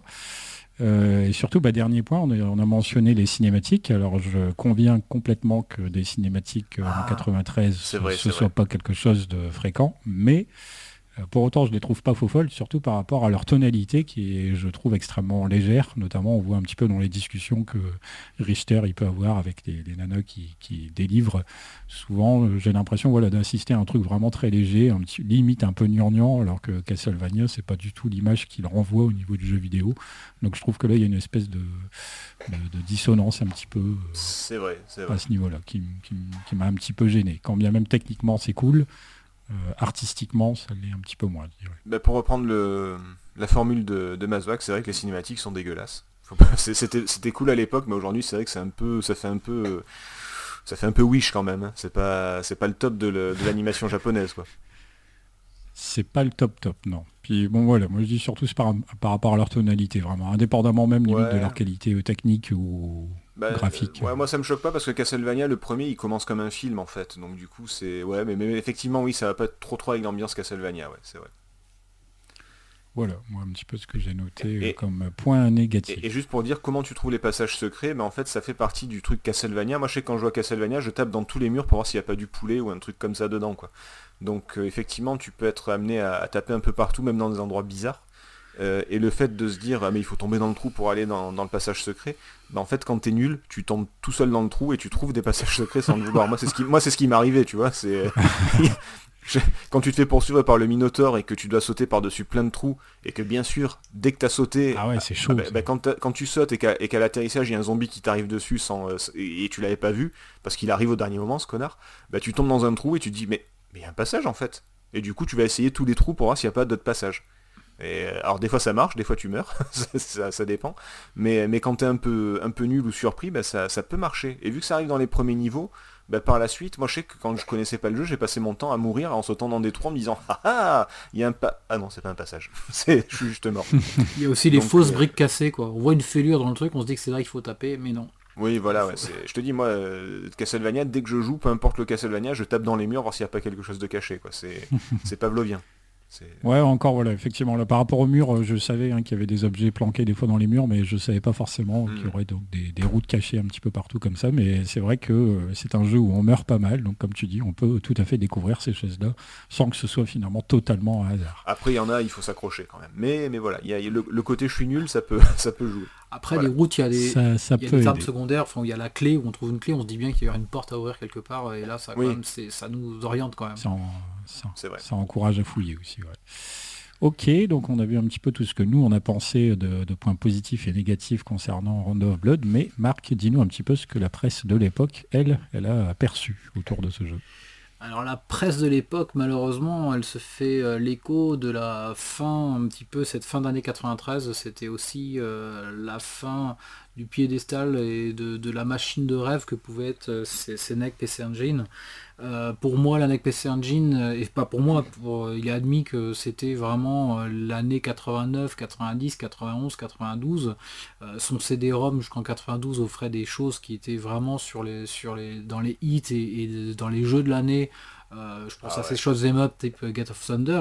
Et surtout, dernier point, on a mentionné les cinématiques. Alors, je conviens complètement que des cinématiques en 93, ce soit pas quelque chose de fréquent, mais... Pour autant, je ne les trouve pas faux-folles, surtout par rapport à leur tonalité qui est, je trouve, extrêmement légère. Notamment, on voit un petit peu dans les discussions que Richter il peut avoir avec les nanas qui délivrent. Souvent, j'ai l'impression d'assister à un truc vraiment très léger, limite un peu gnangnan, alors que Castlevania, c'est pas du tout l'image qu'il renvoie au niveau du jeu vidéo. Donc je trouve que là, il y a une espèce de dissonance un petit peu c'est vrai. À ce niveau-là, qui m'a un petit peu gêné. Quand bien même techniquement, c'est cool. Artistiquement, ça l'est un petit peu moins, je dirais. Pour reprendre la formule de Mazouak, c'est vrai que les cinématiques sont dégueulasses. C'était cool à l'époque, mais aujourd'hui, c'est vrai que ça fait un peu Wish quand même. Hein. C'est pas le top de l'animation japonaise, quoi. C'est pas le top, non. Puis bon, voilà, moi je dis surtout par rapport à leur tonalité, vraiment, indépendamment même limite de leur qualité technique ou graphique. Moi ça me choque pas parce que Castlevania, le premier, il commence comme un film en fait. Donc du coup, c'est... Ouais, mais effectivement, oui, ça va pas être trop avec l'ambiance Castlevania, c'est vrai. Voilà, moi un petit peu ce que j'ai noté comme point négatif. Et juste pour dire comment tu trouves les passages secrets, en fait ça fait partie du truc Castlevania. Moi je sais que quand je joue à Castlevania, je tape dans tous les murs pour voir s'il n'y a pas du poulet ou un truc comme ça dedans, quoi. Donc effectivement tu peux être amené à taper un peu partout, même dans des endroits bizarres. Et le fait de se dire mais il faut tomber dans le trou pour aller dans le passage secret, en fait quand t'es nul, tu tombes tout seul dans le trou et tu trouves des passages secrets sans le vouloir. Moi c'est ce qui m'est arrivé, tu vois, c'est... Quand tu te fais poursuivre par le Minotaure et que tu dois sauter par-dessus plein de trous, et que bien sûr, dès que tu as sauté, c'est chaud, quand tu sautes et qu'à l'atterrissage, il y a un zombie qui t'arrive dessus et tu l'avais pas vu, parce qu'il arrive au dernier moment, ce connard, tu tombes dans un trou et tu te dis, mais il y a un passage en fait. Et du coup, tu vas essayer tous les trous pour voir s'il n'y a pas d'autres passages. Et, alors des fois ça marche, des fois tu meurs, ça dépend. Mais quand t'es un peu nul ou surpris, ça peut marcher. Et vu que ça arrive dans les premiers niveaux, par la suite, moi je sais que quand je connaissais pas le jeu, j'ai passé mon temps à mourir en sautant dans des trous en me disant il y a ah non, c'est pas un passage. Je suis juste mort. Il y a aussi les fausses briques cassées, quoi. On voit une fêlure dans le truc, on se dit que c'est là qu'il faut taper, mais non. Oui, voilà, je te dis, moi, Castlevania, dès que je joue, peu importe le Castlevania, je tape dans les murs voir s'il n'y a pas quelque chose de caché, quoi. C'est pavlovien. Ouais, encore voilà, effectivement. Là, par rapport au mur, je savais qu'il y avait des objets planqués des fois dans les murs, mais je savais pas forcément qu'il y aurait donc des routes cachées un petit peu partout comme ça. Mais c'est vrai que c'est un jeu où on meurt pas mal, donc comme tu dis, on peut tout à fait découvrir ces choses-là sans que ce soit finalement totalement un hasard. Après, il y en a, il faut s'accrocher quand même. Mais voilà, il y a le côté je suis nul, ça peut jouer. Après, les routes, il y a des armes secondaires, enfin, il y a la clé, où on trouve une clé, on se dit bien qu'il y aura une porte à ouvrir quelque part, et là, ça, quand même, ça nous oriente quand même. C'est vrai. Ça encourage à fouiller aussi. Ouais. Ok, donc on a vu un petit peu tout ce que nous, on a pensé de points positifs et négatifs concernant Rondo of Blood, mais Marc, dis-nous un petit peu ce que la presse de l'époque, elle a perçu autour de ce jeu. Alors la presse de l'époque, malheureusement, elle se fait l'écho de la fin, un petit peu cette fin d'année 93, c'était aussi la fin du piédestal et de la machine de rêve que pouvait être ces NEC PC Engine. Pour moi, la NEC PC Engine, et pas pour moi, il est admis que c'était vraiment l'année 89, 90, 91, 92. Son CD-ROM jusqu'en 92 offrait des choses qui étaient vraiment dans les hits et dans les jeux de l'année. Je pense à ces choses up type Gate of Thunder,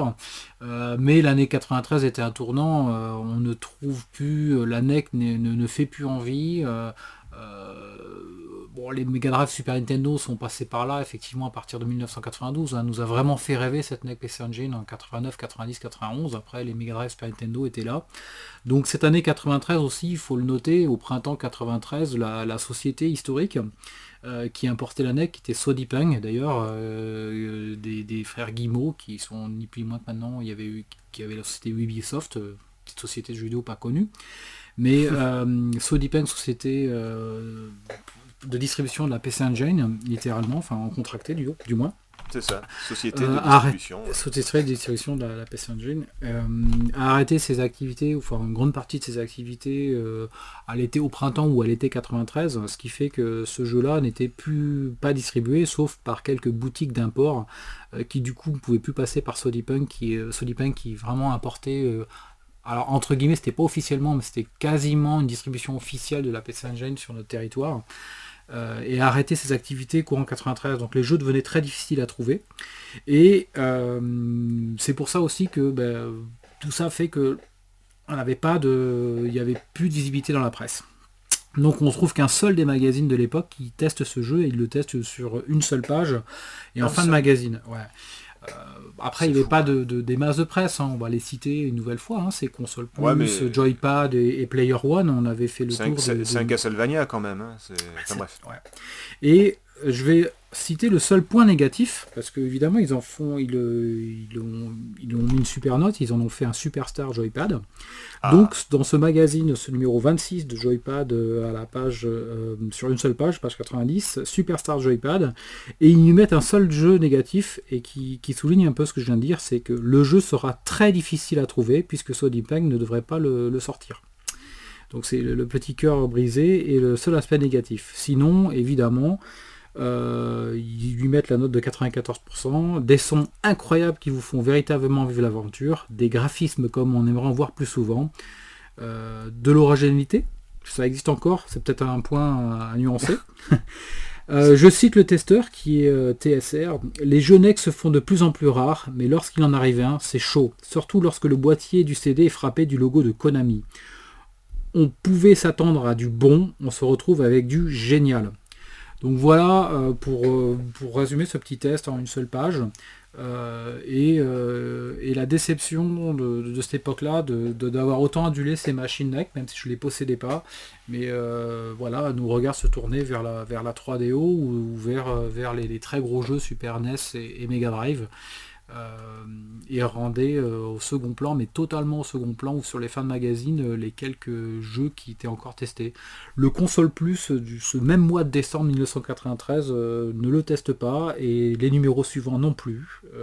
mais l'année 93 était un tournant, on ne trouve plus, la NEC ne fait plus envie. Bon, les Mega Drive Super Nintendo sont passés par là, effectivement, à partir de 1992. Nous a vraiment fait rêver cette NEC PC Engine en 89, 90, 91. Après, les Mega Drive Super Nintendo étaient là. Donc cette année 93 aussi, il faut le noter, au printemps 93, la société historique qui importait la NEC, qui était Sodipeng, d'ailleurs, des frères Guillemot, qui sont ni plus ni moins que maintenant, il y avait la société Ubisoft, petite société de jeux vidéo pas connue. Mais Sodipeng, société de distribution de la PC Engine, littéralement, enfin en contracté du moins. C'est ça, société de distribution. Société de distribution de la PC Engine a arrêté ses activités, enfin une grande partie de ses activités à l'été, au printemps ou à l'été 93, ce qui fait que ce jeu-là n'était plus pas distribué, sauf par quelques boutiques d'import qui du coup ne pouvaient plus passer par Sodipeng qui vraiment importait. Alors entre guillemets, c'était pas officiellement, mais c'était quasiment une distribution officielle de la PC Engine sur notre territoire. Et a arrêté ses activités courant 93. Donc les jeux devenaient très difficiles à trouver. Et c'est pour ça aussi que tout ça fait que il n'y avait plus de visibilité dans la presse. Donc on trouve qu'un seul des magazines de l'époque qui teste ce jeu, et il le teste sur une seule page et en fin de magazine. Ouais. Après, il n'y avait pas des masses de presse, on va les citer une nouvelle fois, c'est Console Plus, Joypad et Player One, on avait fait le tour. C'est un Castlevania quand même, bref. Ouais. Et je vais citer le seul point négatif, parce qu'évidemment ils ont mis une super note, ils en ont fait un Superstar Joypad. Donc dans ce magazine, ce numéro 26 de Joypad, à la page, sur une seule page 90, Superstar Joypad, et ils y mettent un seul jeu négatif, et qui souligne un peu ce que je viens de dire, c'est que le jeu sera très difficile à trouver, puisque Sodipeng ne devrait pas le sortir. Donc c'est le petit cœur brisé, et le seul aspect négatif. Sinon, évidemment, ils lui mettent la note de 94%, des sons incroyables qui vous font véritablement vivre l'aventure, des graphismes comme on aimerait en voir plus souvent, de l'originalité, ça existe encore, c'est peut-être un point à nuancer. Je cite le testeur qui est TSR, les jeux NEC se font de plus en plus rares, mais lorsqu'il en arrive un, c'est chaud, surtout lorsque le boîtier du CD est frappé du logo de Konami. On pouvait s'attendre à du bon, on se retrouve avec du génial. Donc voilà pour résumer ce petit test en une seule page, et la déception de cette époque-là d'avoir autant adulé ces machines NEC, même si je ne les possédais pas, mais voilà, nos regards se tournaient vers la 3DO ou vers les très gros jeux Super NES et Mega Drive. Et rendait au second plan, mais totalement au second plan, ou sur les fins de magazine, les quelques jeux qui étaient encore testés. Le Console Plus, ce même mois de décembre 1993, ne le teste pas, et les numéros suivants non plus.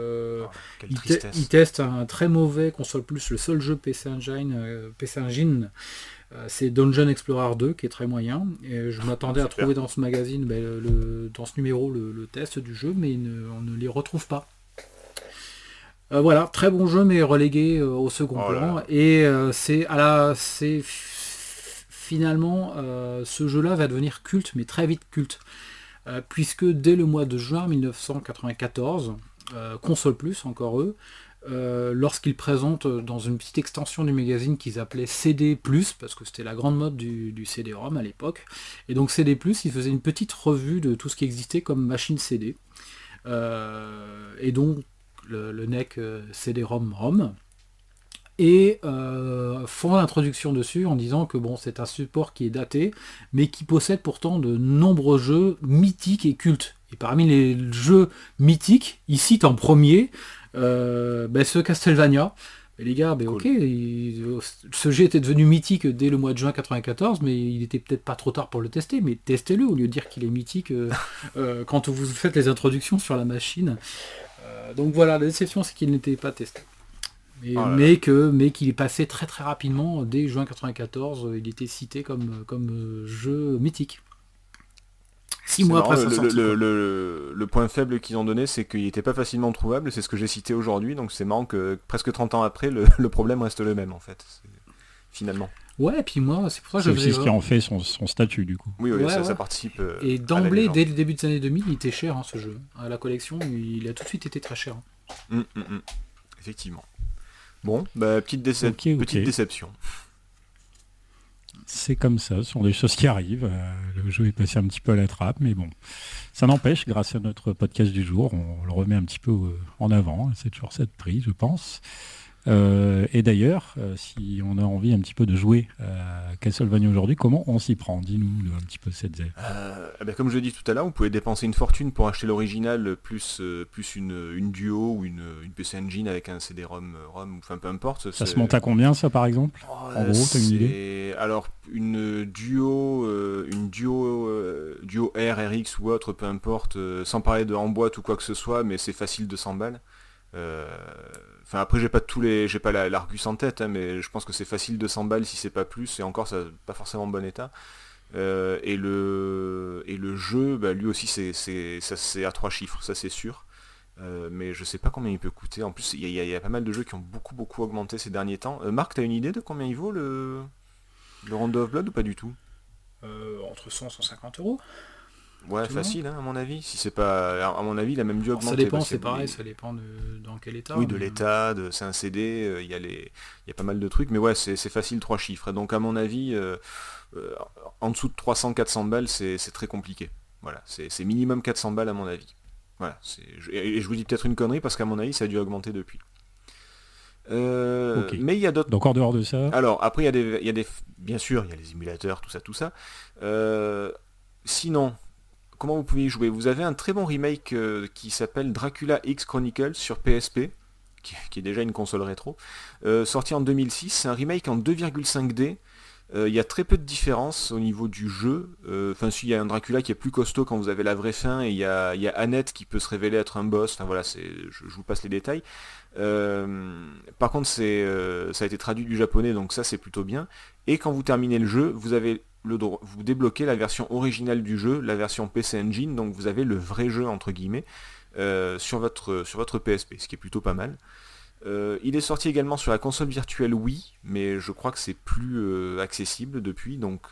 Il teste un très mauvais Console Plus, le seul jeu PC Engine, c'est Dungeon Explorer 2 qui est très moyen, et je m'attendais à trouver dans ce magazine, dans ce numéro, le test du jeu, mais on ne les retrouve pas. Voilà, très bon jeu, mais relégué au second plan. Et finalement, ce jeu-là va devenir culte, mais très vite culte. Puisque dès le mois de juin 1994, Console Plus, encore eux, lorsqu'ils présentent dans une petite extension du magazine qu'ils appelaient CD+, parce que c'était la grande mode du CD-ROM à l'époque. Et donc CD+, ils faisaient une petite revue de tout ce qui existait comme machine CD. Et donc, le NEC CD-ROM, et font l'introduction dessus en disant que c'est un support qui est daté, mais qui possède pourtant de nombreux jeux mythiques et cultes. Et parmi les jeux mythiques, ils citent en premier ce Castlevania. Et les gars, cool. Ok, ce jeu était devenu mythique dès le mois de juin 94, mais il était peut-être pas trop tard pour le tester, mais testez-le au lieu de dire qu'il est mythique quand vous faites les introductions sur la machine. Donc voilà, la déception, c'est qu'il n'était pas testé. Mais qu'il est passé très très rapidement, dès juin 94, il était cité comme jeu mythique. 6 mois après sa sortie. Le point faible qu'ils ont donné, c'est qu'il n'était pas facilement trouvable, c'est ce que j'ai cité aujourd'hui, donc c'est marrant que presque 30 ans après, le problème reste le même en fait, finalement. Ouais, et puis moi, c'est pour ça que c'est aussi ce qui en fait son statut du coup. Oui, ça participe. Et d'emblée, dès le début des années 2000, il était cher ce jeu. À la collection, il a tout de suite été très cher. Effectivement. Bon, petite déception. C'est comme ça, ce sont des choses qui arrivent. le jeu est passé un petit peu à la trappe, mais bon, ça n'empêche, grâce à notre podcast du jour, on le remet un petit peu en avant. C'est toujours ça de prix, je pense. Et d'ailleurs, si on a envie un petit peu de jouer à Castlevania aujourd'hui, comment on s'y prend? Dis-nous un petit peu cette zèle. Comme je l'ai dit tout à l'heure, vous pouvez dépenser une fortune pour acheter l'original plus une Duo ou une PC Engine avec un CD-ROM, enfin peu importe. Ça se monte à combien ça par exemple? En gros, t'as une idée? Alors une Duo R, RX ou autre, peu importe, sans parler de en boîte ou quoi que ce soit, mais c'est facile 200 balles. Enfin après j'ai pas l'Argus en tête, hein, mais je pense que c'est facile 200 balles si c'est pas plus, et encore ça pas forcément en bon état. Et le jeu, lui aussi c'est à 3 chiffres, ça c'est sûr. Mais je sais pas combien il peut coûter. En plus il y a pas mal de jeux qui ont beaucoup augmenté ces derniers temps. Marc, t'as une idée de combien il vaut le Rondo of Blood ou pas du tout? Entre 100 et 150 euros. Ouais, facile, hein, à mon avis. Si c'est pas, à mon avis, il a même dû augmenter. Ça dépend, c'est pareil, ça dépend dans quel état. Oui, de l'état, c'est un CD, il y a pas mal de trucs, mais ouais, c'est facile 3 chiffres. Donc à mon avis, en dessous de 300-400 balles, c'est très compliqué. Voilà, c'est minimum 400 balles à mon avis. Voilà, et je vous dis peut-être une connerie parce qu'à mon avis, ça a dû augmenter depuis. Okay. Mais il y a d'autres. Donc en dehors de ça. Alors après, il y a des, bien sûr, il y a les émulateurs, tout ça. Sinon. Comment vous pouvez y jouer? Vous avez un très bon remake qui s'appelle Dracula X Chronicles sur PSP, qui est déjà une console rétro, sorti en 2006. C'est un remake en 2,5D. Il y a très peu de différence au niveau du jeu. Enfin, il y a un Dracula qui est plus costaud quand vous avez la vraie fin, et il y a Annette qui peut se révéler être un boss. Enfin voilà, je vous passe les détails. Par contre, ça a été traduit du japonais, donc ça c'est plutôt bien. Et quand vous terminez le jeu, vous débloquez la version originale du jeu, la version PC Engine, donc vous avez le vrai jeu entre guillemets sur votre PSP, ce qui est plutôt pas mal. Il est sorti également sur la console virtuelle Wii, mais je crois que c'est plus accessible depuis, donc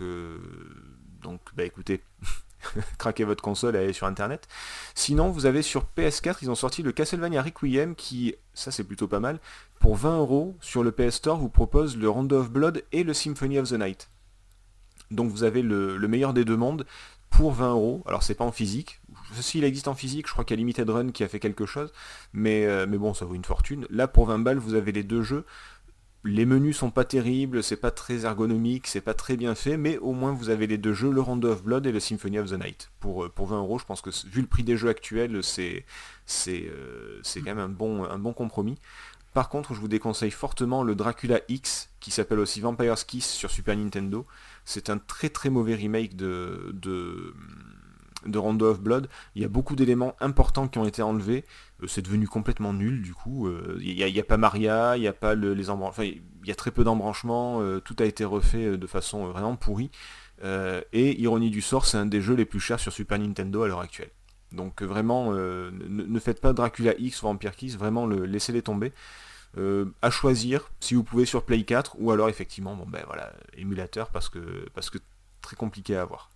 écoutez, craquez votre console et allez sur internet. Sinon, vous avez sur PS4, ils ont sorti le Castlevania Requiem, qui, ça c'est plutôt pas mal, pour 20€ sur le PS Store, vous propose le Rondo of Blood et le Symphony of the Night. Donc vous avez le meilleur des deux mondes pour 20€. Alors c'est pas en physique. S'il existe en physique, je crois qu'il y a Limited Run qui a fait quelque chose. Mais bon, ça vaut une fortune. Là pour 20 balles, vous avez les deux jeux. Les menus sont pas terribles, c'est pas très ergonomique, c'est pas très bien fait, mais au moins vous avez les deux jeux, le Rondo of Blood et le Symphony of the Night. Pour 20€, je pense que vu le prix des jeux actuels, c'est quand même un bon compromis. Par contre, je vous déconseille fortement le Dracula X, qui s'appelle aussi Vampire's Kiss sur Super Nintendo. C'est un très mauvais remake de Rondo of Blood. Il y a beaucoup d'éléments importants qui ont été enlevés. C'est devenu complètement nul du coup. Il n'y a pas Maria, il n'y a pas les embranchements. Enfin, il y a très peu d'embranchements. Tout a été refait de façon vraiment pourrie. Et ironie du sort, c'est un des jeux les plus chers sur Super Nintendo à l'heure actuelle. Donc vraiment, ne faites pas Dracula X ou Vampire Kiss, vraiment laissez-les tomber. À choisir, si vous pouvez sur Play 4, ou alors effectivement, voilà, émulateur, parce que très compliqué à avoir.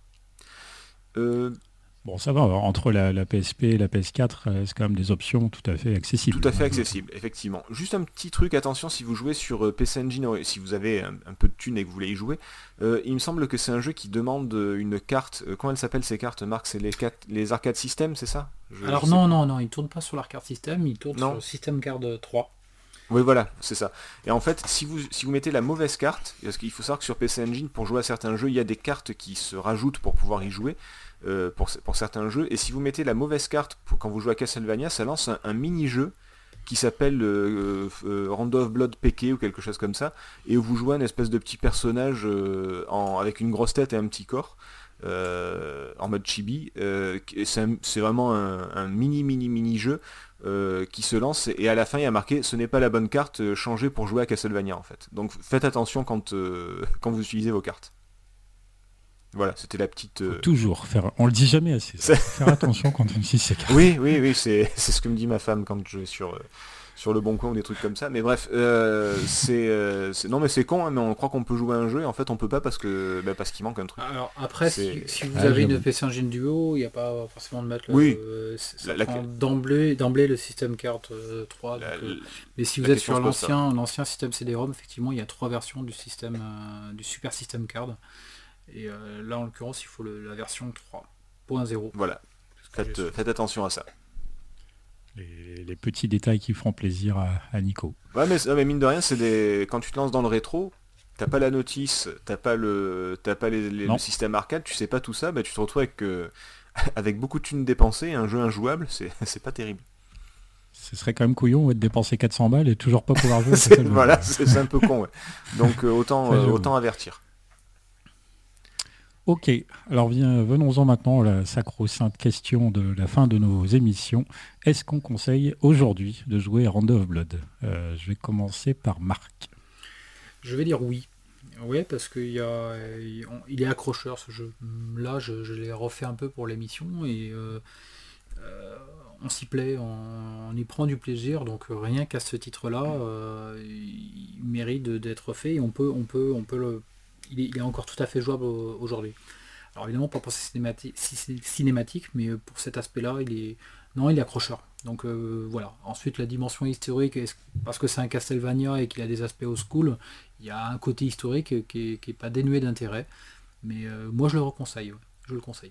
Bon, ça va, entre la PSP et la PS4, c'est quand même des options tout à fait accessibles. Tout à fait accessible, effectivement. Juste un petit truc, attention, si vous jouez sur PC Engine, si vous avez un peu de thunes et que vous voulez y jouer, il me semble que c'est un jeu qui demande une carte. Comment elles s'appellent ces cartes, Marc? C'est les arcade system, c'est ça? Alors non, il ne tourne pas sur l'arcade system, il tourne sur le System Card 3. Oui, voilà, c'est ça. Et en fait, si vous mettez la mauvaise carte, parce qu'il faut savoir que sur PC Engine, pour jouer à certains jeux, il y a des cartes qui se rajoutent pour pouvoir y jouer, pour certains jeux, et si vous mettez la mauvaise carte quand vous jouez à Castlevania, ça lance un mini-jeu qui s'appelle Rondo of Blood PK ou quelque chose comme ça, et où vous jouez un espèce de petit personnage avec une grosse tête et un petit corps, en mode chibi. C'est vraiment un mini-jeu qui se lance, et à la fin il y a marqué ce n'est pas la bonne carte, changez pour jouer à Castlevania en fait. Donc faites attention quand vous utilisez vos cartes. Voilà, c'était la petite... Faut toujours faire, on le dit jamais assez, faire attention quand on utilise ces cartes. Oui, c'est ce que me dit ma femme quand je vais sur le Bon Coin ou des trucs comme ça, mais bref, non mais c'est con, hein, mais on croit qu'on peut jouer à un jeu et en fait on peut pas parce qu'il manque un truc. Alors après, si vous avez une PC Engine Duo, il n'y a pas forcément de mettre d'emblée le System Card 3. Mais si vous êtes sur l'ancien système CD-ROM, effectivement il y a 3 versions du Super System Card. Et là, en l'occurrence, il faut la version 3.0. Voilà, faites attention à ça. Les petits détails qui feront plaisir à Nico. Ouais, mais mine de rien, quand tu te lances dans le rétro, t'as pas la notice, t'as pas le système arcade, tu sais pas tout ça, tu te retrouves avec beaucoup de thunes dépensées, un jeu injouable, c'est pas terrible. Ce serait quand même couillon de dépenser 400 balles et toujours pas pouvoir jouer. Voilà, c'est un peu con. Ouais. Donc autant avertir. Ok, alors venons-en maintenant à la sacro-sainte question de la fin de nos émissions. Est-ce qu'on conseille aujourd'hui de jouer à Round of Blood ? Je vais commencer par Marc. Je vais dire oui. Oui, parce qu'il il est accrocheur ce jeu. Là, je l'ai refait un peu pour l'émission et on s'y plaît, on y prend du plaisir. Donc rien qu'à ce titre-là, il mérite d'être fait et on peut le... Il est encore tout à fait jouable aujourd'hui. Alors évidemment pas pour ces cinématiques, mais pour cet aspect-là, il est accrocheur. Donc voilà. Ensuite la dimension historique, parce que c'est un Castlevania et qu'il a des aspects old school, il y a un côté historique qui est pas dénué d'intérêt. Mais moi je le reconseille. Je le conseille.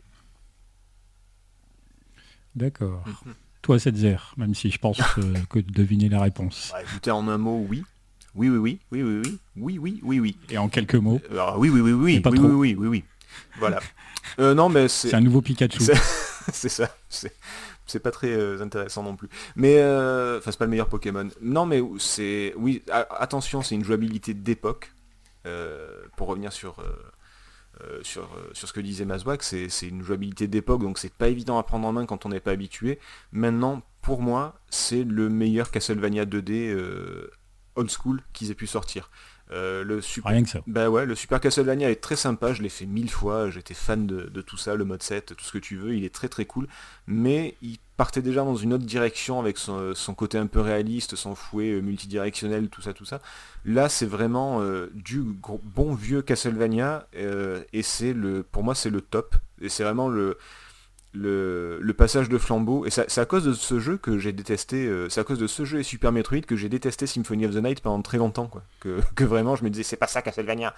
D'accord. Toi Setzer, même si je pense que de deviner la réponse. Écoutez, en un mot, oui. Oui. Et en quelques mots. Oui. Voilà. Non, mais c'est un nouveau Pikachu. C'est ça. C'est pas très intéressant non plus. Mais c'est pas le meilleur Pokémon. Non, mais attention, c'est une jouabilité d'époque. Pour revenir sur ce que disait Mazouak, c'est une jouabilité d'époque, donc c'est pas évident à prendre en main quand on n'est pas habitué. Maintenant, pour moi, c'est le meilleur Castlevania 2D old school qu'ils aient pu sortir. Rien que ça. Le Super Castlevania est très sympa, je l'ai fait 1000 fois, j'étais fan de tout ça, le mode 7, tout ce que tu veux, il est très très cool, mais il partait déjà dans une autre direction avec son côté un peu réaliste, son fouet multidirectionnel, tout ça. Là c'est vraiment du bon vieux Castlevania, et pour moi c'est le top, et c'est vraiment le passage de flambeau, et c'est à cause de ce jeu que j'ai détesté, c'est à cause de ce jeu et Super Metroid que j'ai détesté Symphony of the Night pendant très longtemps, quoi. Que vraiment je me disais c'est pas ça Castlevania.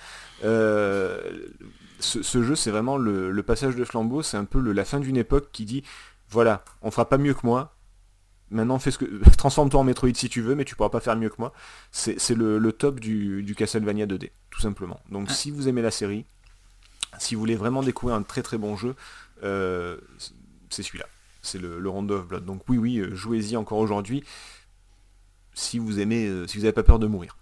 Ce jeu c'est vraiment le passage de flambeau, c'est un peu la fin d'une époque qui dit voilà, on fera pas mieux que moi, maintenant transforme-toi en Metroid si tu veux, mais tu pourras pas faire mieux que moi. C'est le top du Castlevania 2D, tout simplement. Donc si vous aimez la série, si vous voulez vraiment découvrir un très très bon jeu, c'est celui-là, c'est le Round of Blood. Donc oui, jouez-y encore aujourd'hui si vous aimez, si vous n'avez pas peur de mourir.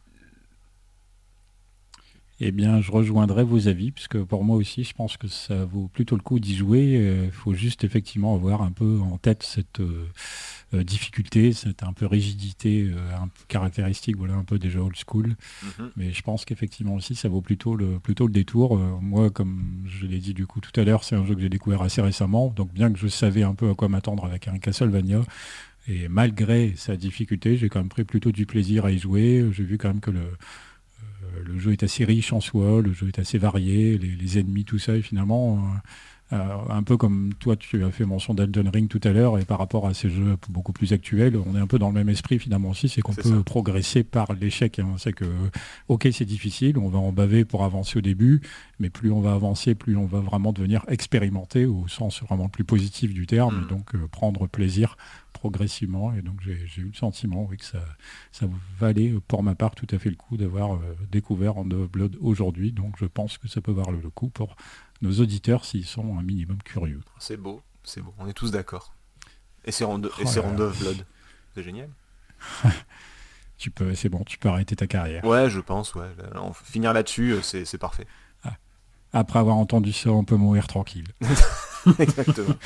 Eh bien, je rejoindrai vos avis, puisque pour moi aussi, je pense que ça vaut plutôt le coup d'y jouer. Il faut juste effectivement avoir un peu en tête cette difficulté, cette un peu rigidité, un peu caractéristique, un peu déjà old school. Mais je pense qu'effectivement aussi, ça vaut plutôt le détour. Moi, comme je l'ai dit du coup tout à l'heure, c'est un jeu que j'ai découvert assez récemment, donc bien que je savais un peu à quoi m'attendre avec un Castlevania, et malgré sa difficulté, j'ai quand même pris plutôt du plaisir à y jouer. J'ai vu quand même que le jeu est assez riche en soi, le jeu est assez varié, les ennemis, tout ça, et finalement, un peu comme toi, tu as fait mention d'Elden Ring tout à l'heure, et par rapport à ces jeux beaucoup plus actuels, on est un peu dans le même esprit finalement aussi, c'est qu'on peut progresser par l'échec. C'est que, ok, c'est difficile, on va en baver pour avancer au début, mais plus on va avancer, plus on va vraiment devenir expérimenté, au sens vraiment plus positif du terme, et donc prendre plaisir progressivement, et donc j'ai eu le sentiment que ça valait pour ma part tout à fait le coup d'avoir découvert Round of Blood aujourd'hui, donc je pense que ça peut valoir le coup pour nos auditeurs s'ils sont un minimum curieux. C'est beau, on est tous d'accord. Et c'est Round of Blood, c'est génial. C'est bon, tu peux arrêter ta carrière. Ouais, je pense, finir là-dessus, c'est parfait. Après avoir entendu ça, on peut mourir tranquille. Exactement.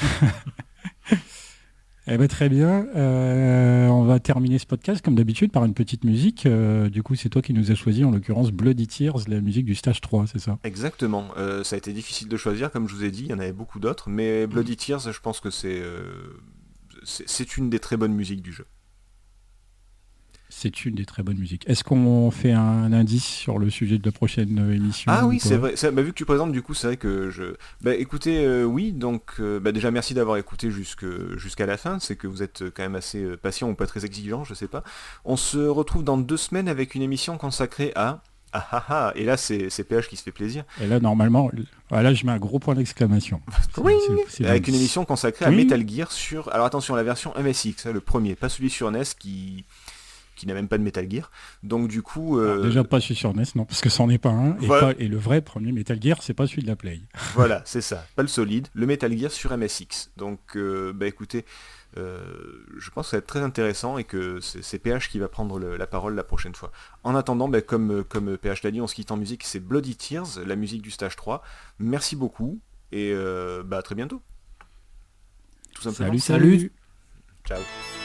Eh ben, très bien, on va terminer ce podcast comme d'habitude par une petite musique. Du coup, c'est toi qui nous as choisi, en l'occurrence Bloody Tears, la musique du stage 3, c'est ça ? Exactement, ça a été difficile de choisir, comme je vous ai dit, il y en avait beaucoup d'autres, mais Bloody Tears, je pense que c'est une des très bonnes musiques du jeu. C'est une des très bonnes musiques. Est-ce qu'on fait un indice sur le sujet de la prochaine émission ? Ah oui, c'est vrai. Vu que tu présentes, du coup, c'est vrai que je... écoutez, oui, donc déjà merci d'avoir écouté jusqu'à la fin. C'est que vous êtes quand même assez patient ou pas très exigeant, je sais pas. On se retrouve dans 2 semaines avec une émission consacrée à Et là c'est PH qui se fait plaisir. Et là normalement, là je mets un gros point d'exclamation. Avec une émission consacrée à Metal Gear sur... Alors attention, la version MSX, le premier, pas celui sur NES qui n'a même pas de Metal Gear. Donc du coup... Déjà pas celui sur NES, non, parce que c'en est pas un. Et le vrai premier Metal Gear, c'est pas celui de la Play. Voilà, c'est ça. Pas le solide, le Metal Gear sur MSX. Donc écoutez... je pense que ça va être très intéressant et que c'est PH qui va prendre la parole la prochaine fois. En attendant, comme PH l'a dit, on se quitte en musique, c'est Bloody Tears, la musique du stage 3. Merci beaucoup et à très bientôt. Tout simplement. Salut. Salut. Ciao.